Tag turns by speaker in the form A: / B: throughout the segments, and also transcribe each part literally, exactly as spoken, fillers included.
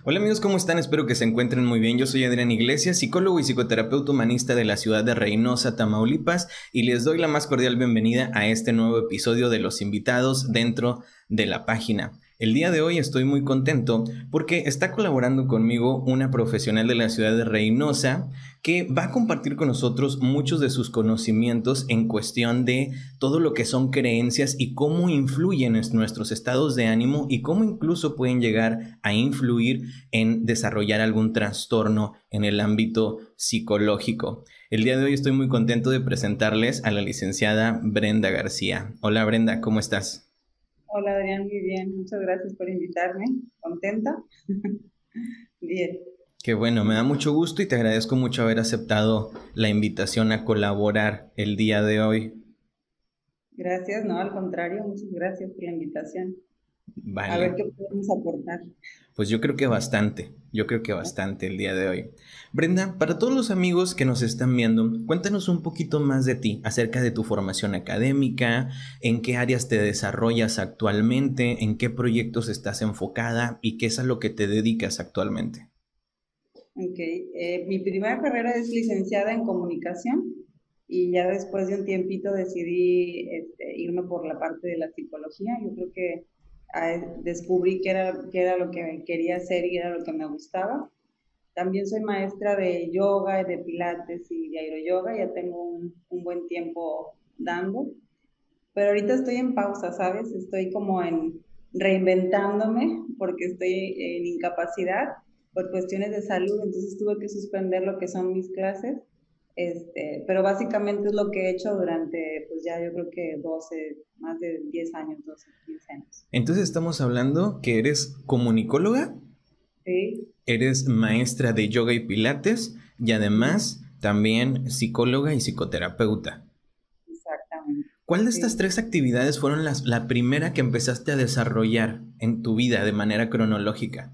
A: Hola amigos, ¿cómo están? Espero que se encuentren muy bien. Yo soy Adrián Iglesias, psicólogo y psicoterapeuta humanista de la ciudad de Reynosa, Tamaulipas, y les doy la más cordial bienvenida a este nuevo episodio de Los Invitados dentro de la página. El día de hoy estoy muy contento porque está colaborando conmigo una profesional de la ciudad de Reynosa que va a compartir con nosotros muchos de sus conocimientos en cuestión de todo lo que son creencias y cómo influyen en nuestros estados de ánimo y cómo incluso pueden llegar a influir en desarrollar algún trastorno en el ámbito psicológico. El día de hoy estoy muy contento de presentarles a la licenciada Brenda García. Hola Brenda, ¿cómo estás?
B: Hola Adrián, muy bien, muchas gracias por invitarme. ¿Contenta? Bien,
A: Qué bueno, me da mucho gusto y te agradezco mucho haber aceptado la invitación a colaborar el día de hoy.
B: gracias, no, al contrario, muchas gracias por la invitación. A
A: Vale,
B: ver qué podemos aportar.
A: pues yo creo que bastante, yo creo que bastante el día de hoy. Brenda, para todos los amigos que nos están viendo, cuéntanos un poquito más de ti, acerca de tu formación académica, en qué áreas te desarrollas actualmente, en qué proyectos estás enfocada y qué es a lo que te dedicas actualmente.
B: Ok, eh, mi primera carrera es licenciada en comunicación y ya después de un tiempito decidí este, irme por la parte de la psicología. Yo creo que ah, descubrí que era, que era lo que quería hacer y era lo que me gustaba. También soy maestra de yoga, de pilates y de aeroyoga, ya tengo un, un buen tiempo dando, pero ahorita estoy en pausa, ¿sabes? Estoy como en reinventándome porque estoy en incapacidad por cuestiones de salud, entonces tuve que suspender lo que son mis clases, este, pero básicamente es lo que he hecho durante, pues ya yo creo que doce, más de diez años, doce, quince años.
A: Entonces estamos hablando que eres comunicóloga,
B: Sí,
A: eres maestra de yoga y pilates y
B: ujú,
A: además también psicóloga y psicoterapeuta.
B: exactamente.
A: ¿Cuál de estas
B: Sí.
A: tres actividades fueron las, la primera que empezaste a desarrollar en tu vida de manera cronológica?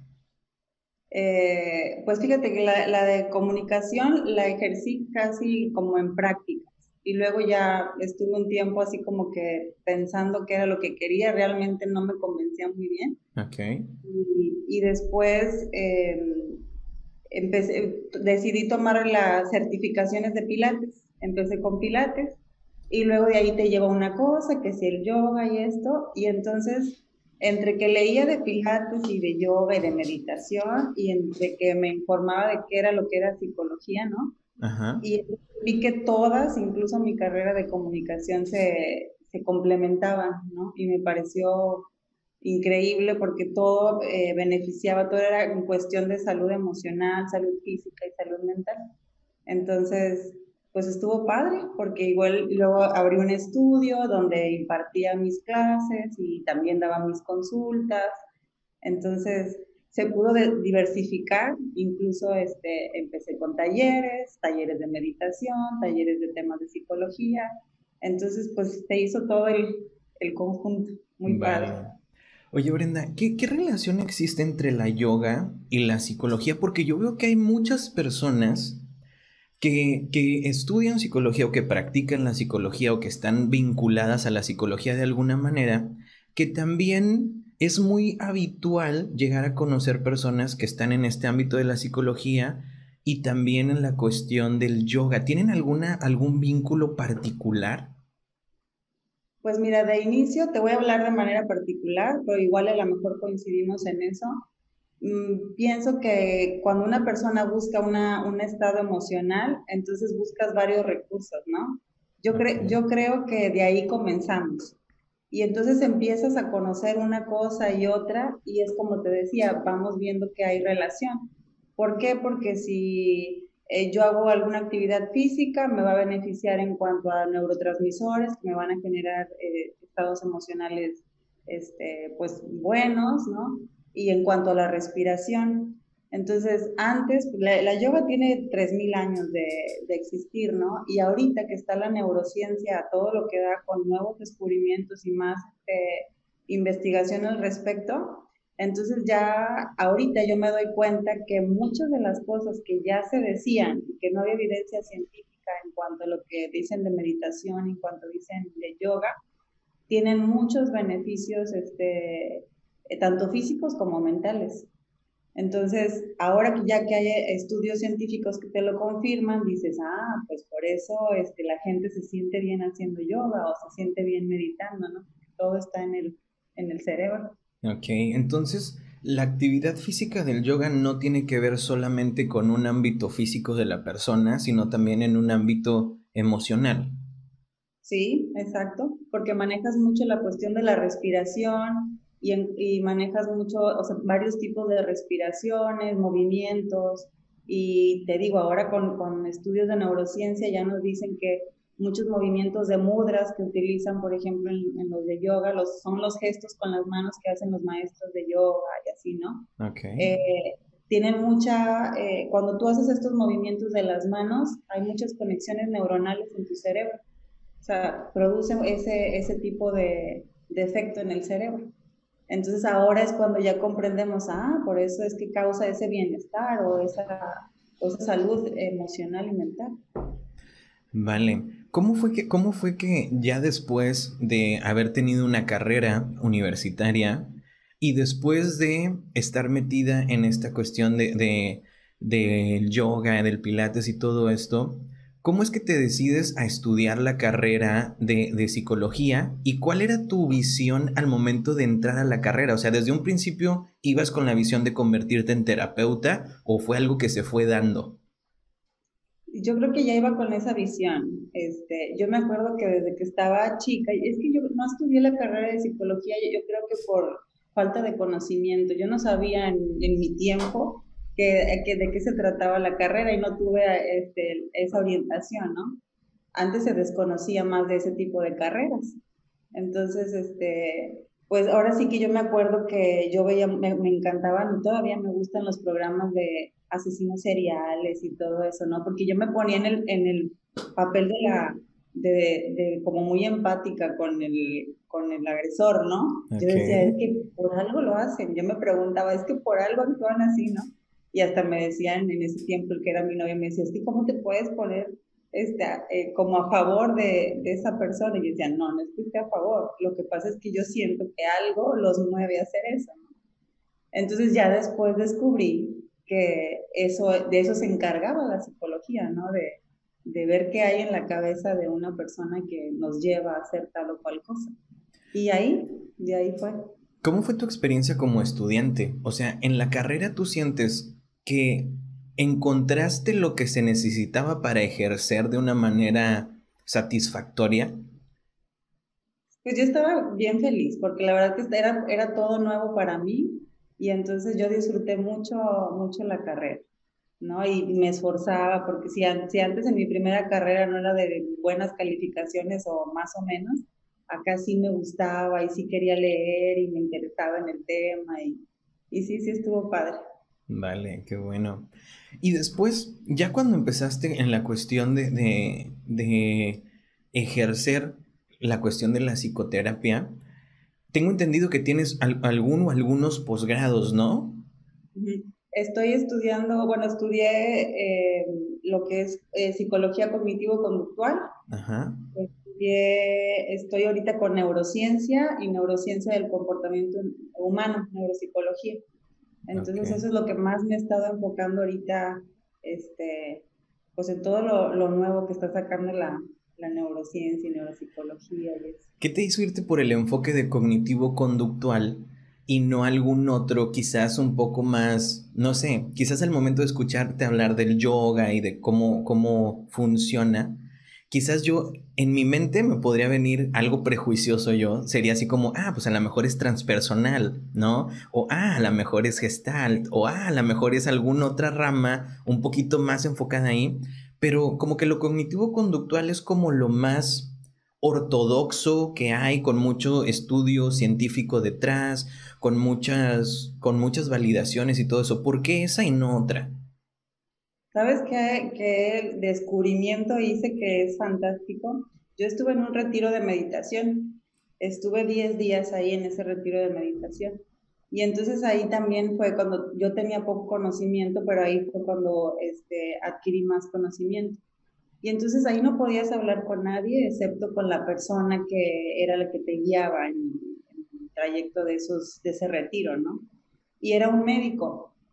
B: Eh, pues fíjate que la, la de comunicación la ejercí casi como en prácticas y luego ya estuve un tiempo así como que pensando qué era lo que quería, realmente no me convencía muy bien
A: Ok.
B: y, y después eh, empecé, decidí tomar las certificaciones de Pilates, empecé con Pilates y luego de ahí te lleva una cosa, que si el yoga y esto, y entonces entre que leía de Pilates y de yoga y de meditación y entre que me informaba de qué era lo que era psicología, ¿no?
A: Ajá.
B: Y vi que todas, incluso mi carrera de comunicación, se, se complementaban, ¿no? Y me pareció increíble porque todo eh, beneficiaba, todo era en cuestión de salud emocional, salud física y salud mental. Entonces, pues estuvo padre porque igual luego abrí un estudio donde impartía mis clases y también daba mis consultas. Entonces, se pudo de- diversificar, incluso este, empecé con talleres, talleres de meditación, talleres de temas de psicología. Entonces, pues se hizo todo el, el conjunto, muy padre.
A: Vale. Oye, Brenda, ¿qué, qué relación existe entre la yoga y la psicología? Porque yo veo que hay muchas personas que, que estudian psicología o que practican la psicología o que están vinculadas a la psicología de alguna manera, que también es muy habitual llegar a conocer personas que están en este ámbito de la psicología y también en la cuestión del yoga. ¿Tienen alguna, algún vínculo particular?
B: Pues mira, de inicio te voy a hablar de manera particular, pero igual a lo mejor coincidimos en eso. Mm, pienso que cuando una persona busca una, un estado emocional, entonces buscas varios recursos, ¿no? Yo,
A: Ok.
B: cre yo creo que de ahí comenzamos. Y entonces empiezas a conocer una cosa y otra, y es como te decía, vamos viendo que hay relación. ¿Por qué? Porque si eh, yo hago alguna actividad física, me va a beneficiar en cuanto a neurotransmisores que me van a generar eh, estados emocionales este, pues buenos, ¿no? Y en cuanto a la respiración. Entonces, antes, la, la yoga tiene tres mil años de, de, existir, ¿no? Y ahorita que está la neurociencia, todo lo que da con nuevos descubrimientos y más eh, investigación al respecto, entonces ya ahorita yo me doy cuenta que muchas de las cosas que ya se decían, que no había evidencia científica en cuanto a lo que dicen de meditación, en cuanto dicen de yoga, tienen muchos beneficios, este, eh, tanto físicos como mentales. Entonces, ahora que ya que hay estudios científicos que te lo confirman, dices, ah, pues por eso este, la gente se siente bien haciendo yoga o se siente bien meditando, ¿no? Todo está en el, en el cerebro.
A: Ok, entonces la actividad física del yoga no tiene que ver solamente con un ámbito físico de la persona, sino también en un ámbito emocional.
B: Sí, exacto, porque manejas mucho la cuestión de la respiración y, en- y manejas mucho, o sea, varios tipos de respiraciones, movimientos, y te digo, ahora con, con estudios de neurociencia ya nos dicen que muchos movimientos de mudras que utilizan, por ejemplo, en, en los de yoga, los, son los gestos con las manos que hacen los maestros de yoga y así, ¿no?
A: Ok.
B: Eh, tienen mucha, eh, cuando tú haces estos movimientos de las manos, hay muchas conexiones neuronales en tu cerebro. O sea, produce ese, ese tipo de, de efecto en el cerebro. Entonces ahora es cuando ya comprendemos, ah, por eso es que causa ese bienestar o esa, o esa salud emocional y mental.
A: Vale. ¿Cómo fue que, cómo fue que ya después de haber tenido una carrera universitaria y después de estar metida en esta cuestión de, de, del yoga, del pilates y todo esto, cómo es que te decides a estudiar la carrera de, de psicología y cuál era tu visión al momento de entrar a la carrera? O sea, desde un principio ibas con la visión de convertirte en terapeuta o fue algo que se fue dando.
B: Yo creo que ya iba con esa visión. Este, yo me acuerdo que desde que estaba chica, y es que yo no estudié la carrera de psicología, yo, yo creo que por falta de conocimiento. Yo no sabía en, en mi tiempo que, que de qué se trataba la carrera y no tuve este, esa orientación, ¿no? Antes se desconocía más de ese tipo de carreras. Entonces, este, pues ahora sí que yo me acuerdo que yo veía, me, me encantaban y todavía me gustan los programas de asesinos seriales y todo eso, ¿no? Porque yo me ponía en el, en el papel de la, de, de como muy empática con el, con el agresor, ¿no? Yo
A: Ok.
B: decía, es que por algo lo hacen. Yo me preguntaba, es que por algo actúan así, ¿no? Y hasta me decían en ese tiempo, el que era mi novia, me decía, es que ¿cómo te puedes poner este, eh, como a favor de, de esa persona? Y yo decía, no, no es que esté a favor, lo que pasa es que yo siento que algo los mueve a hacer eso, ¿no? Entonces ya después descubrí que eso, de eso se encargaba la psicología, ¿no? De, de ver qué hay en la cabeza de una persona que nos lleva a hacer tal o cual cosa. Y ahí, de ahí fue.
A: ¿Cómo fue tu experiencia como estudiante? O sea, en la carrera tú sientes que encontraste lo que se necesitaba para ejercer de una manera satisfactoria.
B: Pues yo estaba bien feliz, porque la verdad que era, era todo nuevo para mí y entonces yo disfruté mucho, mucho la carrera, ¿no? Y me esforzaba, porque si, an- si antes en mi primera carrera no era de buenas calificaciones o más o menos, acá sí me gustaba y sí quería leer y me interesaba en el tema y, y sí, sí estuvo padre.
A: Vale, qué bueno. Y después, ya cuando empezaste en la cuestión de, de, de ejercer la cuestión de la psicoterapia, tengo entendido que tienes al- algún o algunos posgrados, ¿no?
B: Ujú. Estoy estudiando, bueno, estudié eh, lo que es eh, psicología cognitivo-conductual.
A: Ajá.
B: Estudié, estoy ahorita con neurociencia y neurociencia del comportamiento humano, neuropsicología.
A: Ok.
B: Entonces eso es lo que más me he estado enfocando ahorita, este, pues en todo lo, lo nuevo que está sacando la, la neurociencia y neuropsicología y eso.
A: ¿Qué te hizo irte por el enfoque de cognitivo-conductual y no algún otro, quizás un poco más, no sé, quizás al momento de escucharte hablar del yoga y de cómo, cómo funciona, quizás yo en mi mente me podría venir algo prejuicioso yo, sería así como, ah, pues a lo mejor es transpersonal, ¿no? O ah, a lo mejor es gestalt, o ah, a lo mejor es alguna otra rama un poquito más enfocada ahí, pero como que lo cognitivo-conductual es como lo más ortodoxo que hay, con mucho estudio científico detrás, con muchas, con muchas validaciones y todo eso. ¿Por qué esa y no otra?
B: ¿Sabes qué, qué descubrimiento hice que es fantástico? Yo estuve en un retiro de meditación, estuve diez días ahí en ese retiro de meditación. Y entonces ahí también fue cuando yo tenía poco conocimiento, pero ahí fue cuando este, adquirí más conocimiento. Y entonces ahí no podías hablar con nadie excepto con la persona que era la que te guiaba en, en el trayecto de, esos, de ese retiro, ¿no? Y era un médico.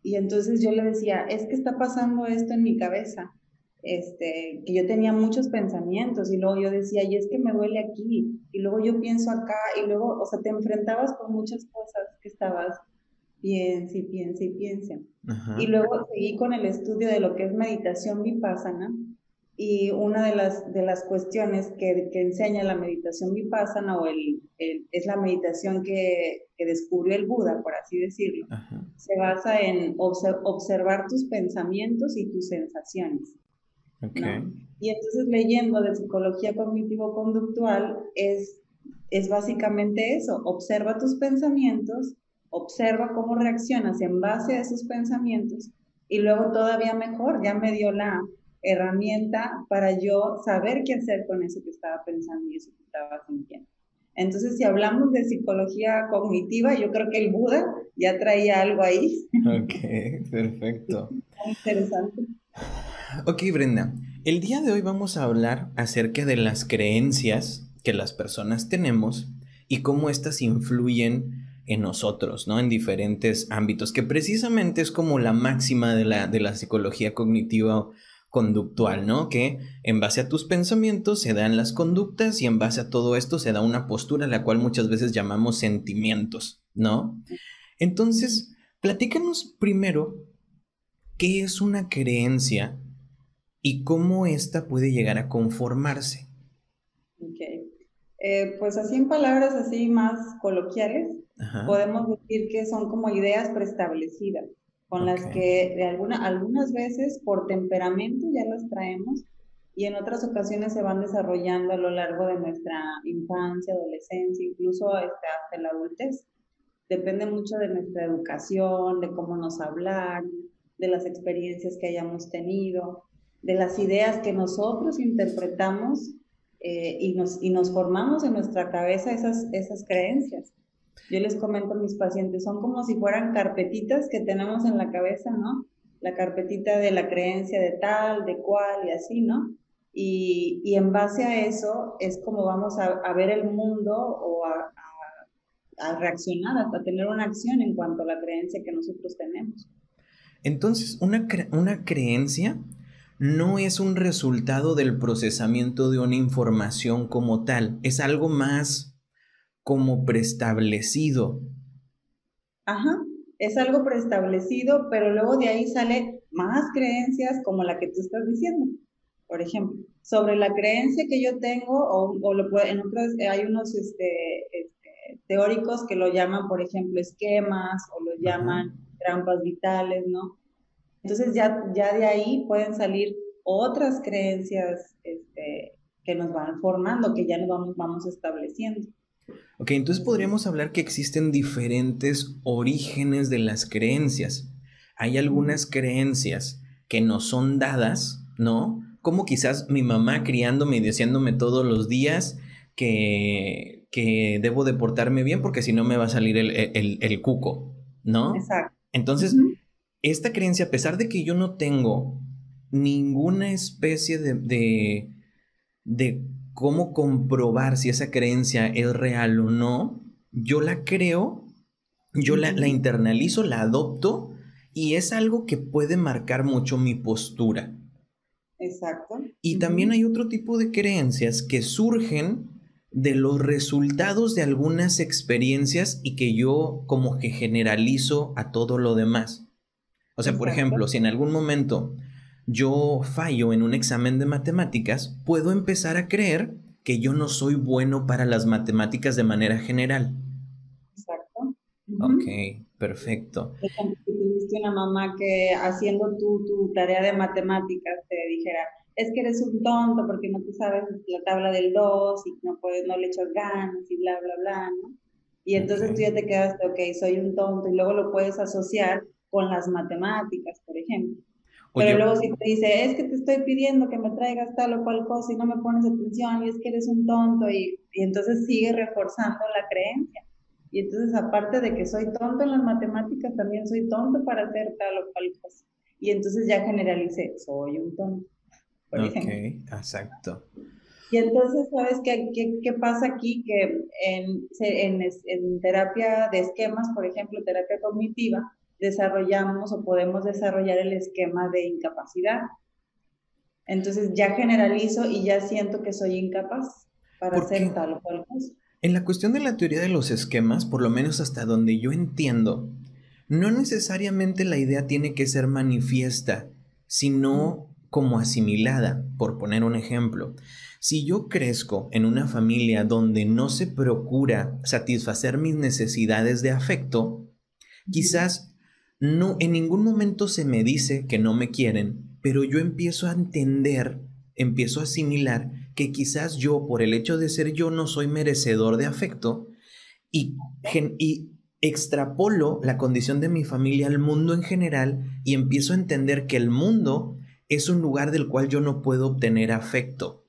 B: Y entonces yo le decía, es que está pasando esto en mi cabeza, este, que yo tenía muchos pensamientos y luego yo decía, y es que me duele aquí, y luego yo pienso acá, y luego, o sea, te enfrentabas con muchas cosas que estabas piense y piense y piense. Y
A: Ajá.
B: luego seguí con el estudio de lo que es meditación vipassana y una de las, de las cuestiones que, que enseña la meditación vipassana o el, el- es la meditación que, que descubrió el Buda, por así decirlo,
A: Ajá.
B: se basa en obser- observar tus pensamientos y tus sensaciones,
A: Ok.
B: ¿no? Y entonces leyendo de psicología cognitivo-conductual es, es básicamente eso, observa tus pensamientos, observa cómo reaccionas en base a esos pensamientos y luego todavía mejor, ya me dio la herramienta para yo saber qué hacer con eso que estaba pensando y eso que estaba sintiendo. Entonces, si hablamos de psicología cognitiva, yo creo que el Buda ya traía algo ahí.
A: Ok, perfecto.
B: Muy interesante.
A: Ok, Brenda, el día de hoy vamos a hablar acerca de las creencias que las personas tenemos y cómo éstas influyen en nosotros, ¿no? En diferentes ámbitos, que precisamente es como la máxima de la, de la psicología cognitiva conductual, ¿no? Que en base a tus pensamientos se dan las conductas y en base a todo esto se da una postura, la cual muchas veces llamamos sentimientos, ¿no? Entonces, platícanos primero qué es una creencia y cómo ésta puede llegar a conformarse.
B: Ok. Eh, pues así en palabras así más coloquiales,
A: Ajá,
B: podemos decir que son como ideas preestablecidas, con
A: ok,
B: las que de alguna, algunas veces por temperamento ya las traemos y en otras ocasiones se van desarrollando a lo largo de nuestra infancia, adolescencia, incluso este, hasta la adultez. Depende mucho de nuestra educación, de cómo nos hablan, de las experiencias que hayamos tenido, de las ideas que nosotros interpretamos eh, y, nos, y nos formamos en nuestra cabeza esas, esas creencias. Yo les comento a mis pacientes, son como si fueran carpetitas que tenemos en la cabeza, ¿no? La carpetita de la creencia de tal, de cual y así, ¿no? Y, y en base a eso es como vamos a, a ver el mundo o a, a reaccionar, hasta tener una acción en cuanto a la creencia que nosotros tenemos.
A: entonces una, cre- una creencia no es un resultado del procesamiento de una información como tal, es algo más como preestablecido.
B: Ajá, es algo preestablecido, pero luego de ahí sale más creencias como la que tú estás diciendo. Por ejemplo, sobre la creencia que yo tengo, o, o lo puede, en otros hay unos este, este, teóricos que lo llaman, por ejemplo, esquemas o lo
A: Ajá.
B: llaman trampas vitales, ¿no? Entonces ya, ya de ahí pueden salir otras creencias este, que nos van formando, que ya nos vamos, vamos estableciendo.
A: Ok, entonces
B: Así.
A: podríamos hablar que existen diferentes orígenes de las creencias. Hay algunas creencias que nos son dadas, ¿no? Como quizás mi mamá criándome y diciéndome todos los días que, que debo de portarme bien porque si no me va a salir el, el, el cuco, ¿no?
B: Exacto.
A: Entonces,
B: Ujú.
A: esta creencia, a pesar de que yo no tengo ninguna especie de, de de cómo comprobar si esa creencia es real o no, yo la creo, yo la, la
B: Ujú.
A: internalizo, la adopto y es algo que puede marcar mucho mi postura.
B: Exacto.
A: Y también
B: Ujú.
A: hay otro tipo de creencias que surgen de los resultados de algunas experiencias y que yo como que generalizo a todo lo demás. O sea, por
B: Exacto.
A: ejemplo, si en algún momento yo fallo en un examen de matemáticas, puedo empezar a creer que yo no soy bueno para las matemáticas de manera general.
B: Exacto.
A: Ok,
B: Ujú.
A: perfecto.
B: Por ejemplo, si tuviste una mamá que haciendo tu, tu tarea de matemáticas te dijera, es que eres un tonto porque no te sabes la tabla del dos y no puedes, no le echas ganas y bla, bla, bla, ¿no? Y
A: Ok.
B: entonces tú ya te quedaste, ok, soy un tonto y luego lo puedes asociar con las matemáticas, por ejemplo.
A: O
B: Pero
A: yo,
B: luego si te dice, es que te estoy pidiendo que me traigas tal o cual cosa y no me pones atención y es que eres un tonto y, y entonces sigue reforzando la creencia. Y entonces aparte de que soy tonto en las matemáticas, también soy tonto para hacer tal o cual cosa. Y entonces ya generalicé, soy un tonto, por
A: ok,
B: ejemplo.
A: exacto.
B: Y entonces, ¿sabes qué, qué, qué pasa aquí? Que en, se- en, es- en terapia de esquemas, por ejemplo, terapia cognitiva, desarrollamos o podemos desarrollar el esquema de incapacidad. Entonces ya generalizo y ya siento que soy incapaz para hacer
A: Porque
B: tal o cual cosa.
A: en la cuestión de la teoría de los esquemas, por lo menos hasta donde yo entiendo, no necesariamente la idea tiene que ser manifiesta, sino como asimilada, por poner un ejemplo. Si yo crezco en una familia donde no se procura satisfacer mis necesidades de afecto,
B: Ujú.
A: quizás no en ningún momento se me dice que no me quieren, pero yo empiezo a entender, empiezo a asimilar que quizás yo, por el hecho de ser yo, no soy merecedor de afecto y, gen- y extrapolo la condición de mi familia al mundo en general y empiezo a entender que el mundo es un lugar del cual yo no puedo obtener afecto.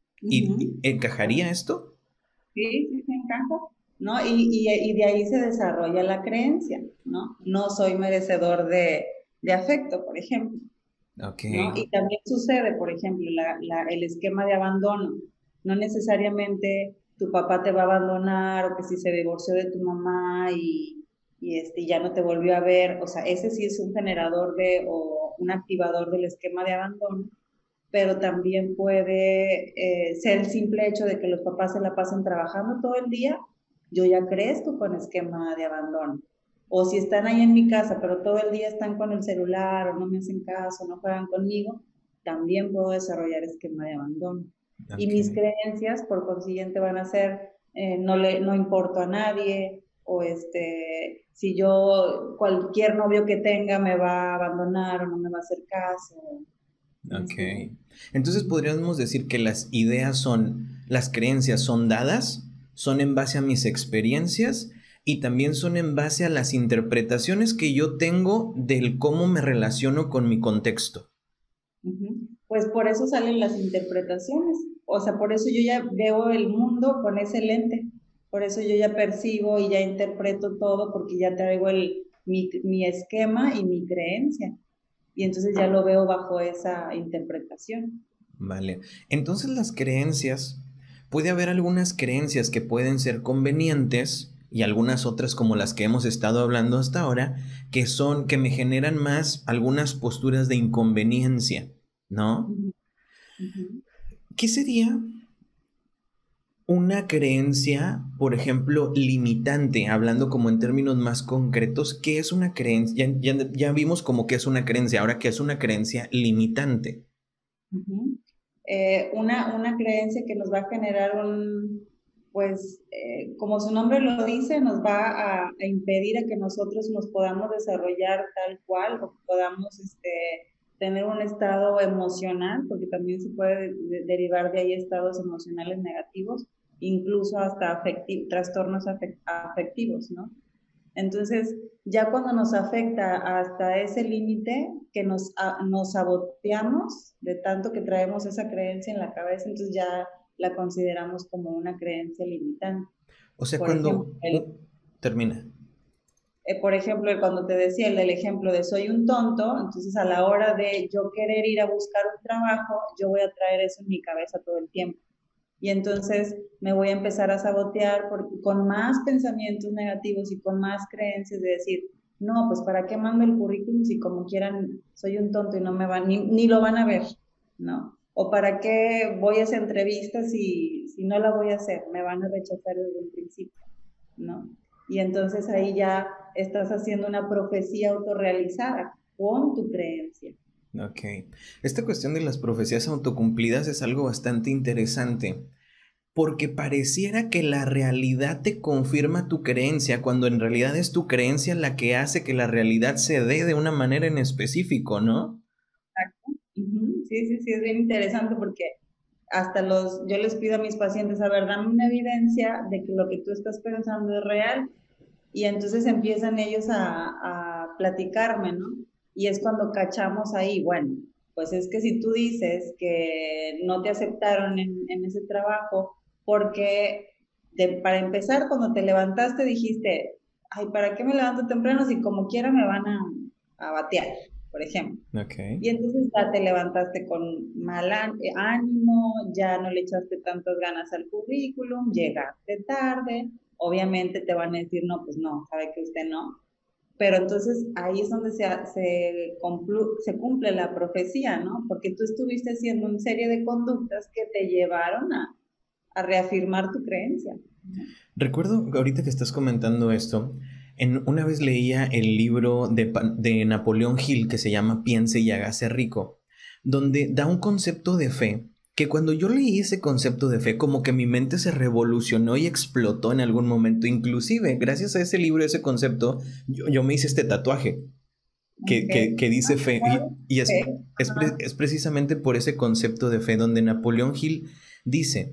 A: ¿Y y
B: Ujú.
A: encajaría esto?
B: Sí, sí, se encaja, ¿no? Y, y, y de ahí se desarrolla la creencia, ¿no? No soy merecedor de, de afecto, por ejemplo,
A: Ok,
B: ¿no? Y también sucede, por ejemplo, la, la, el esquema de abandono. No necesariamente tu papá te va a abandonar o que si se divorció de tu mamá y, y este, ya no te volvió a ver, o sea, ese sí es un generador de o un activador del esquema de abandono, pero también puede eh, ser el simple hecho de que los papás se la pasen trabajando todo el día, yo ya crezco con esquema de abandono. O si están ahí en mi casa, pero todo el día están con el celular o no me hacen caso, no juegan conmigo, también puedo desarrollar esquema de abandono. Y
A: ok.
B: mis creencias, por consiguiente, van a ser, eh, no, le, no importo a nadie, o este, si yo, cualquier novio que tenga me va a abandonar o no me va a hacer caso. ¿Me
A: Ok.
B: explico?
A: Entonces podríamos decir que las ideas son, las creencias son dadas, son en base a mis experiencias y también son en base a las interpretaciones que yo tengo del cómo me relaciono con mi contexto.
B: Ujú. Pues por eso salen las interpretaciones. O sea, por eso yo ya veo el mundo con ese lente. Por eso yo ya percibo y ya interpreto todo porque ya traigo el, mi, mi esquema y mi creencia. Y entonces ya lo veo bajo esa interpretación.
A: Vale. Entonces las creencias, puede haber algunas creencias que pueden ser convenientes y algunas otras como las que hemos estado hablando hasta ahora, que son, que me generan más algunas posturas de inconveniencia, ¿no?
B: Ujú, ujú.
A: ¿Qué sería una creencia, por ejemplo, limitante, hablando como en términos más concretos? ¿Qué es una creencia? Ya, ya, ya vimos como que es una creencia, ahora qué es una creencia limitante.
B: Ujú. Eh, una, una creencia que nos va a generar un, pues, eh, como su nombre lo dice, nos va a, a impedir a que nosotros nos podamos desarrollar tal cual o que podamos este, tener un estado emocional, porque también se puede de- derivar de ahí estados emocionales negativos, incluso hasta afecti- trastornos afec- afectivos, ¿no? Entonces, ya cuando nos afecta hasta ese límite, que nos, a, nos saboteamos de tanto que traemos esa creencia en la cabeza, entonces ya la consideramos como una creencia limitante.
A: O sea,
B: Por ejemplo,
A: cuando...
B: el,
A: uh, termina.
B: eh, por ejemplo, cuando te decía el del ejemplo de soy un tonto, entonces a la hora de yo querer ir a buscar un trabajo, yo voy a traer eso en mi cabeza todo el tiempo. Y entonces me voy a empezar a sabotear por, con más pensamientos negativos y con más creencias de decir, no, pues ¿para qué mando el currículum si como quieran soy un tonto y no me van, ni, ni lo van a ver, ¿no? O ¿para qué voy a esa entrevista si, si no la voy a hacer? Me van a rechazar desde un principio, ¿no? Y entonces ahí ya estás haciendo una profecía autorrealizada con tu creencia.
A: Ok. Esta cuestión de las profecías autocumplidas es algo bastante interesante, porque pareciera que la realidad te confirma tu creencia, cuando en realidad es tu creencia la que hace que la realidad se dé de una manera en específico, ¿no?
B: Ujú. Sí, sí, sí, es bien interesante porque hasta los, yo les pido a mis pacientes, a ver, dame una evidencia de que lo que tú estás pensando es real. Y entonces empiezan ellos a, a platicarme, ¿no? Y es cuando cachamos ahí, bueno, pues es que si tú dices que no te aceptaron en, en ese trabajo, porque de- para empezar, cuando te levantaste dijiste, ay, ¿para qué me levanto temprano si como quiera me van a, a batear, por ejemplo?
A: Ok.
B: Y entonces ya te levantaste con mal ánimo, ya no le echaste tantas ganas al currículum, llegaste tarde, obviamente te van a decir, no, pues no, sabe que usted no. Pero entonces ahí es donde se, se, conclu, se cumple la profecía, ¿no? Porque tú estuviste haciendo una serie de conductas que te llevaron a, a reafirmar tu creencia, ¿no?
A: Recuerdo ahorita que estás comentando esto, en, una vez leía el libro de, de Napoleón Hill que se llama Piense y hágase rico, donde da un concepto de fe que cuando yo leí ese concepto de fe, como que mi mente se revolucionó y explotó en algún momento. Inclusive, gracias a ese libro, ese concepto, yo, yo me hice este tatuaje que, que,
B: Okay.
A: que dice
B: Ah,
A: fe. Y, y es,
B: okay.
A: es, pre, es precisamente por ese concepto de fe donde Napoleón Hill dice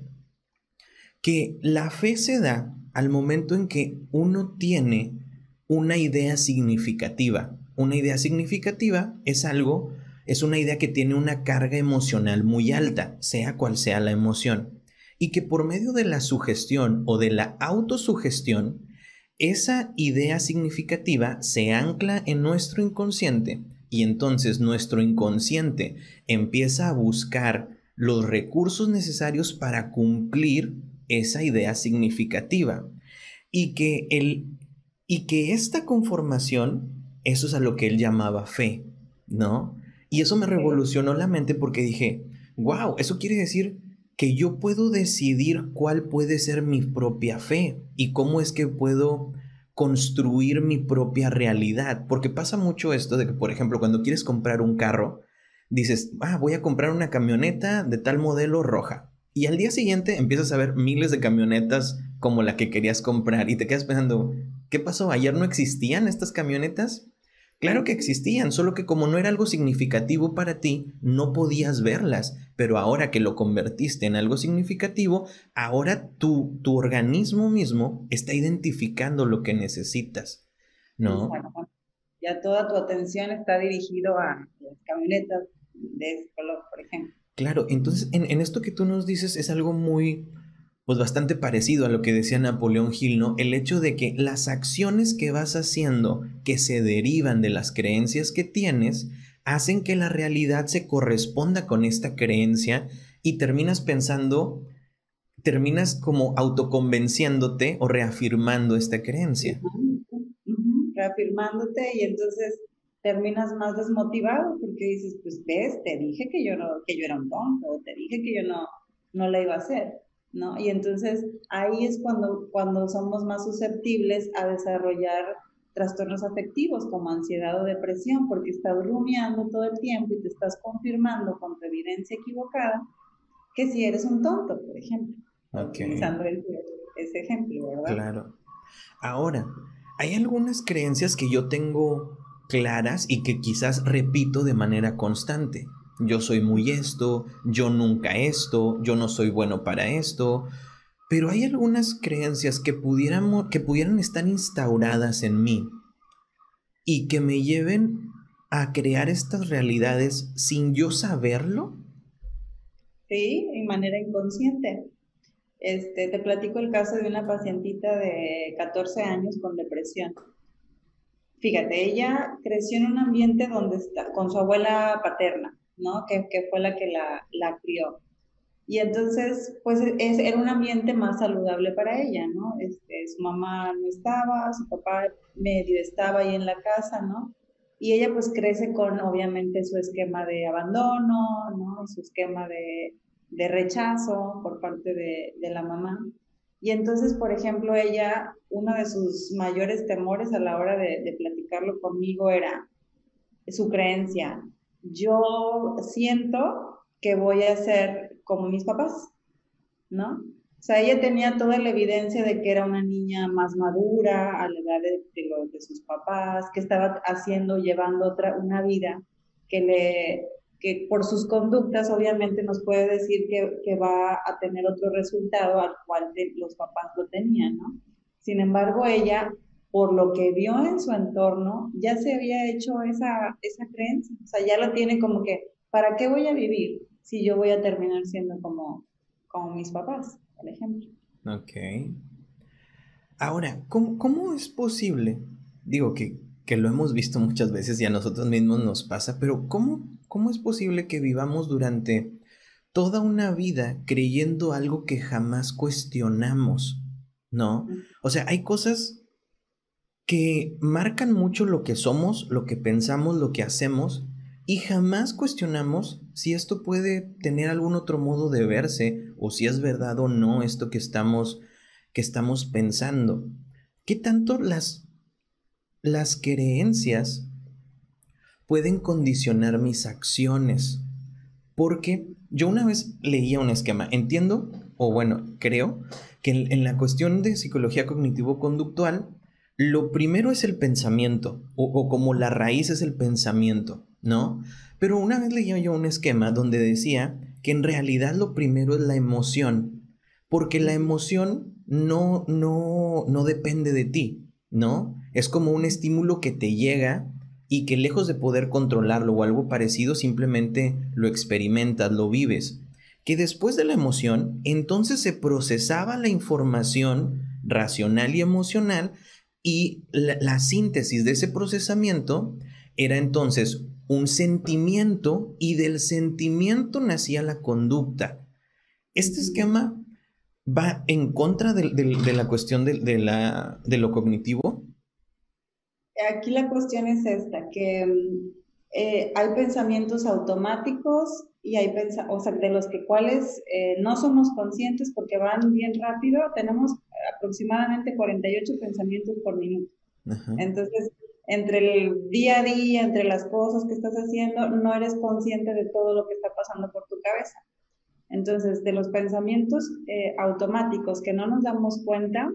A: que la fe se da al momento en que uno tiene una idea significativa. Una idea significativa es algo, es una idea que tiene una carga emocional muy alta, sea cual sea la emoción, y que por medio de la sugestión o de la autosugestión, esa idea significativa se ancla en nuestro inconsciente y entonces nuestro inconsciente empieza a buscar los recursos necesarios para cumplir esa idea significativa y que, el, y que esta conformación, eso es a lo que él llamaba fe, ¿no? Y eso me
B: Okay.
A: revolucionó la mente porque dije, wow, eso quiere decir que yo puedo decidir cuál puede ser mi propia fe y cómo es que puedo construir mi propia realidad, porque pasa mucho esto de que, por ejemplo, cuando quieres comprar un carro, dices, ah, voy a comprar una camioneta de tal modelo roja. Y al día siguiente empiezas a ver miles de camionetas como la que querías comprar y te quedas pensando, ¿qué pasó? ¿Ayer no existían estas camionetas? Claro que existían, solo que como no era algo significativo para ti, no podías verlas, pero ahora que lo convertiste en algo significativo, ahora tu, tu organismo mismo está identificando lo que necesitas, ¿no?
B: Exacto. Ya toda tu atención está dirigido a las camionetas de ese color, por ejemplo.
A: Claro, entonces en, en esto que tú nos dices es algo muy, pues bastante parecido a lo que decía Napoleón Hill, ¿no? El hecho de que las acciones que vas haciendo, que se derivan de las creencias que tienes, hacen que la realidad se corresponda con esta creencia y terminas pensando, terminas como autoconvenciéndote o reafirmando esta creencia.
B: Ujú, ujú, reafirmándote y entonces terminas más desmotivado porque dices, pues ves, te dije que yo no, que yo era un tonto, o te dije que yo no, no la iba a hacer, ¿no? Y entonces ahí es cuando, cuando somos más susceptibles a desarrollar trastornos afectivos como ansiedad o depresión, porque estás rumiando todo el tiempo y te estás confirmando con tu evidencia equivocada que si eres un tonto, por ejemplo,
A: Ok,
B: utilizando el- ese ejemplo, ¿verdad?
A: claro. Ahora, hay algunas creencias que yo tengo claras y que quizás repito de manera constante. Yo soy muy esto, yo nunca esto, yo no soy bueno para esto, pero hay algunas creencias que pudiéramos, que pudieran estar instauradas en mí y que me lleven a crear estas realidades sin yo saberlo.
B: Sí, de manera inconsciente. Este, te platico el caso de una pacientita de catorce años con depresión. Fíjate, ella creció en un ambiente donde está, con su abuela paterna, ¿no? Que, que fue la que la, la crió. Y entonces, pues es, era un ambiente más saludable para ella, ¿no? Este, su mamá no estaba, su papá medio estaba ahí en la casa, ¿no? Y ella pues crece con obviamente su esquema de abandono, ¿no? Su esquema de, de rechazo por parte de, de la mamá. Y entonces, por ejemplo, ella, uno de sus mayores temores a la hora de, de platicarlo conmigo era su creencia. Yo siento que voy a ser como mis papás, ¿no? O sea, ella tenía toda la evidencia de que era una niña más madura a la edad de, de, lo, de sus papás, que estaba haciendo, llevando otra, una vida que le que por sus conductas obviamente nos puede decir que, que va a tener otro resultado al cual de, los papás lo tenían, ¿no? Sin embargo, ella, por lo que vio en su entorno, ya se había hecho esa, esa creencia, o sea, ya lo tiene como que, ¿para qué voy a vivir si yo voy a terminar siendo como, como mis papás, por ejemplo?
A: Ok. Ahora, ¿cómo, cómo es posible? Digo que, que lo hemos visto muchas veces y a nosotros mismos nos pasa, pero ¿cómo, cómo es posible que vivamos durante toda una vida creyendo algo que jamás cuestionamos? ¿No? O sea, hay cosas que marcan mucho lo que somos, lo que pensamos, lo que hacemos, y jamás cuestionamos si esto puede tener algún otro modo de verse o si es verdad o no esto que estamos, que estamos pensando. ¿Qué tanto las, las creencias pueden condicionar mis acciones? Porque yo una vez leía un esquema, entiendo, o bueno, creo, que en, en la cuestión de psicología cognitivo-conductual, lo primero es el pensamiento, o, o como la raíz es el pensamiento, ¿no? Pero una vez leía yo un esquema donde decía que en realidad lo primero es la emoción, porque la emoción no, no, no depende de ti, ¿no? Es como un estímulo que te llega y que lejos de poder controlarlo o algo parecido, simplemente lo experimentas, lo vives. Que después de la emoción, entonces se procesaba la información racional y emocional y la, la síntesis de ese procesamiento era entonces un sentimiento y del sentimiento nacía la conducta. Este esquema va en contra de, de, de la cuestión de, de, la, de lo cognitivo.
B: Aquí la cuestión es esta, que mm, eh, hay pensamientos automáticos y hay pensa o sea, de los que cuales eh, no somos conscientes porque van bien rápido. Tenemos aproximadamente cuarenta y ocho pensamientos por minuto.
A: Ajá.
B: Entonces, entre el día a día, entre las cosas que estás haciendo, no eres consciente de todo lo que está pasando por tu cabeza. Entonces, de los pensamientos eh, automáticos que no nos damos cuenta,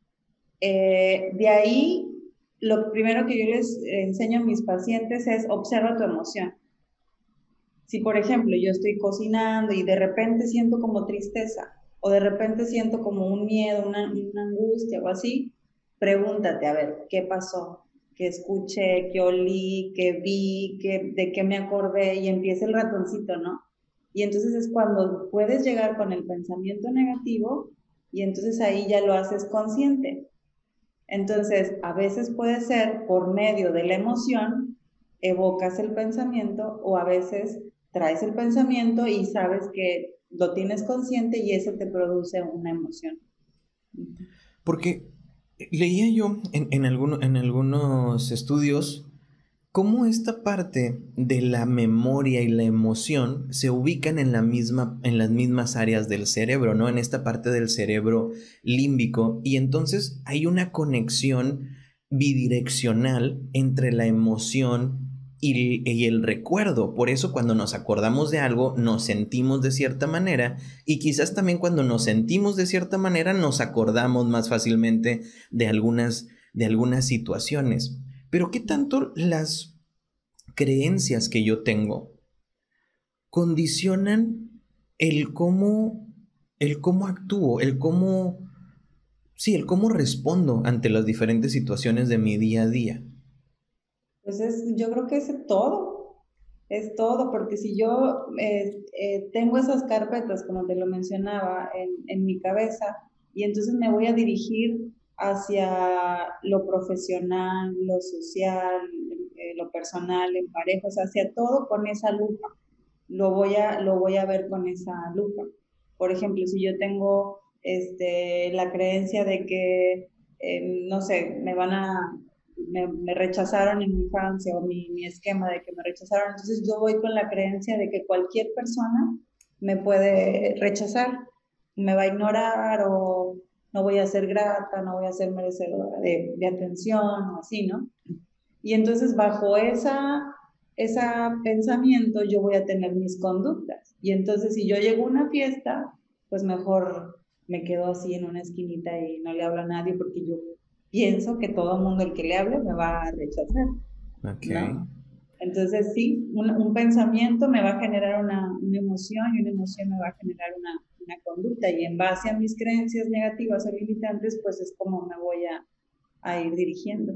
B: eh, de ahí lo primero que yo les enseño a mis pacientes es observa tu emoción. Si, por ejemplo, yo estoy cocinando y de repente siento como tristeza o de repente siento como un miedo, una, una angustia o así, pregúntate, a ver, ¿qué pasó? ¿Qué escuché? ¿Qué olí? ¿Qué vi? ¿Qué, de qué me acordé? Y empieza el ratoncito, ¿no? Y entonces es cuando puedes llegar con el pensamiento negativo y entonces ahí ya lo haces consciente. Entonces, a veces puede ser por medio de la emoción, evocas el pensamiento o a veces traes el pensamiento y sabes que lo tienes consciente y eso te produce una emoción.
A: Porque leía yo en, en, alguno, en algunos estudios cómo esta parte de la memoria y la emoción se ubican en, la misma, en las mismas áreas del cerebro, ¿no? En esta parte del cerebro límbico. Y entonces hay una conexión bidireccional entre la emoción y, y el recuerdo. Por eso cuando nos acordamos de algo nos sentimos de cierta manera y quizás también cuando nos sentimos de cierta manera nos acordamos más fácilmente de algunas, de algunas situaciones. Pero ¿qué tanto las creencias que yo tengo condicionan el cómo, el cómo actúo, el cómo, sí, el cómo respondo ante las diferentes situaciones de mi día a día?
B: Pues es, yo creo que es todo, es todo, porque si yo eh, eh, tengo esas carpetas, como te lo mencionaba, en, en mi cabeza, y entonces me voy a dirigir hacia lo profesional, lo social, eh, lo personal, en pareja, o sea, hacia todo con esa lupa. Lo voy a, lo voy a ver con esa lupa. Por ejemplo, si yo tengo este, la creencia de que, eh, no sé, me van a, me, me rechazaron en mi infancia o mi, mi esquema de que me rechazaron, entonces yo voy con la creencia de que cualquier persona me puede rechazar, me va a ignorar o no voy a ser grata, no voy a ser merecedora de, de atención o así, ¿no? Y entonces bajo esa, ese pensamiento yo voy a tener mis conductas. Y entonces si yo llego a una fiesta, pues mejor me quedo así en una esquinita y no le hablo a nadie porque yo pienso que todo el mundo el que le hable me va a rechazar,
A: Ok.
B: ¿no? Entonces sí, un, un pensamiento me va a generar una, una emoción y una emoción me va a generar una, una conducta y en base a mis creencias negativas o limitantes, pues es como me voy a, a ir dirigiendo.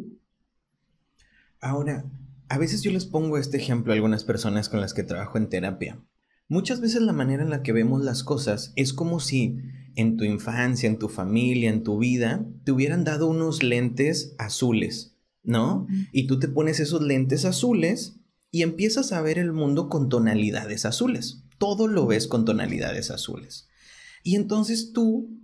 A: Ahora, a veces yo les pongo este ejemplo a algunas personas con las que trabajo en terapia. Muchas veces la manera en la que vemos las cosas es como si en tu infancia, en tu familia, en tu vida, te hubieran dado unos lentes azules, ¿no? Y tú te pones esos lentes azules y empiezas a ver el mundo con tonalidades azules. Todo lo ves con tonalidades azules. Y entonces tú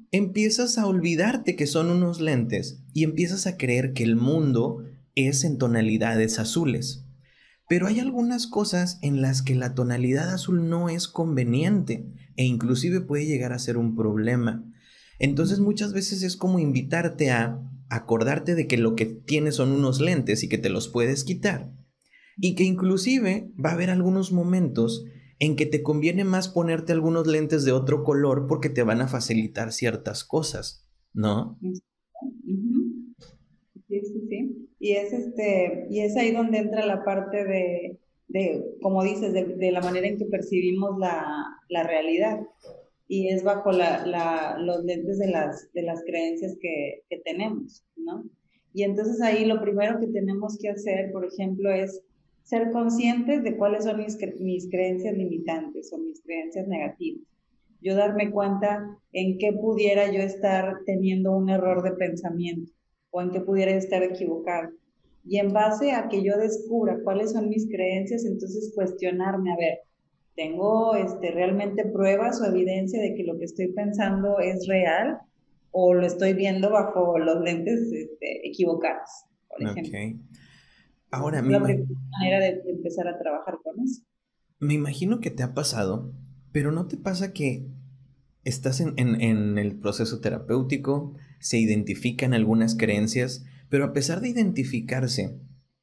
A: empiezas a olvidarte que son unos lentes y empiezas a creer que el mundo es en tonalidades azules. Pero hay algunas cosas en las que la tonalidad azul no es conveniente e inclusive puede llegar a ser un problema. Entonces muchas veces es como invitarte a acordarte de que lo que tienes son unos lentes y que te los puedes quitar. Y que inclusive va a haber algunos momentos en que te conviene más ponerte algunos lentes de otro color porque te van a facilitar ciertas cosas, ¿no?
B: Ujú. Sí, sí, sí. Y es este, y es ahí donde entra la parte de, de como dices, de, de la manera en que percibimos la, la realidad. Y es bajo la, la, los lentes de las, de las creencias que, que tenemos, ¿no? Y entonces ahí lo primero que tenemos que hacer, por ejemplo, es ser conscientes de cuáles son mis, mis creencias limitantes o mis creencias negativas. Yo darme cuenta en qué pudiera yo estar teniendo un error de pensamiento o en qué pudiera estar equivocado. Y en base a que yo descubra cuáles son mis creencias, entonces cuestionarme, a ver, ¿tengo este, realmente pruebas o evidencia de que lo que estoy pensando es real o lo estoy viendo bajo los lentes este, equivocados, por ejemplo?
A: Ok.
B: Esa
A: Ahora,
B: es
A: me,
B: la
A: ima-
B: primera manera de empezar a trabajar con eso.
A: me imagino que te ha pasado, pero ¿no te pasa que estás en, en- en el proceso terapéutico, se identifican algunas creencias, pero a pesar de identificarse,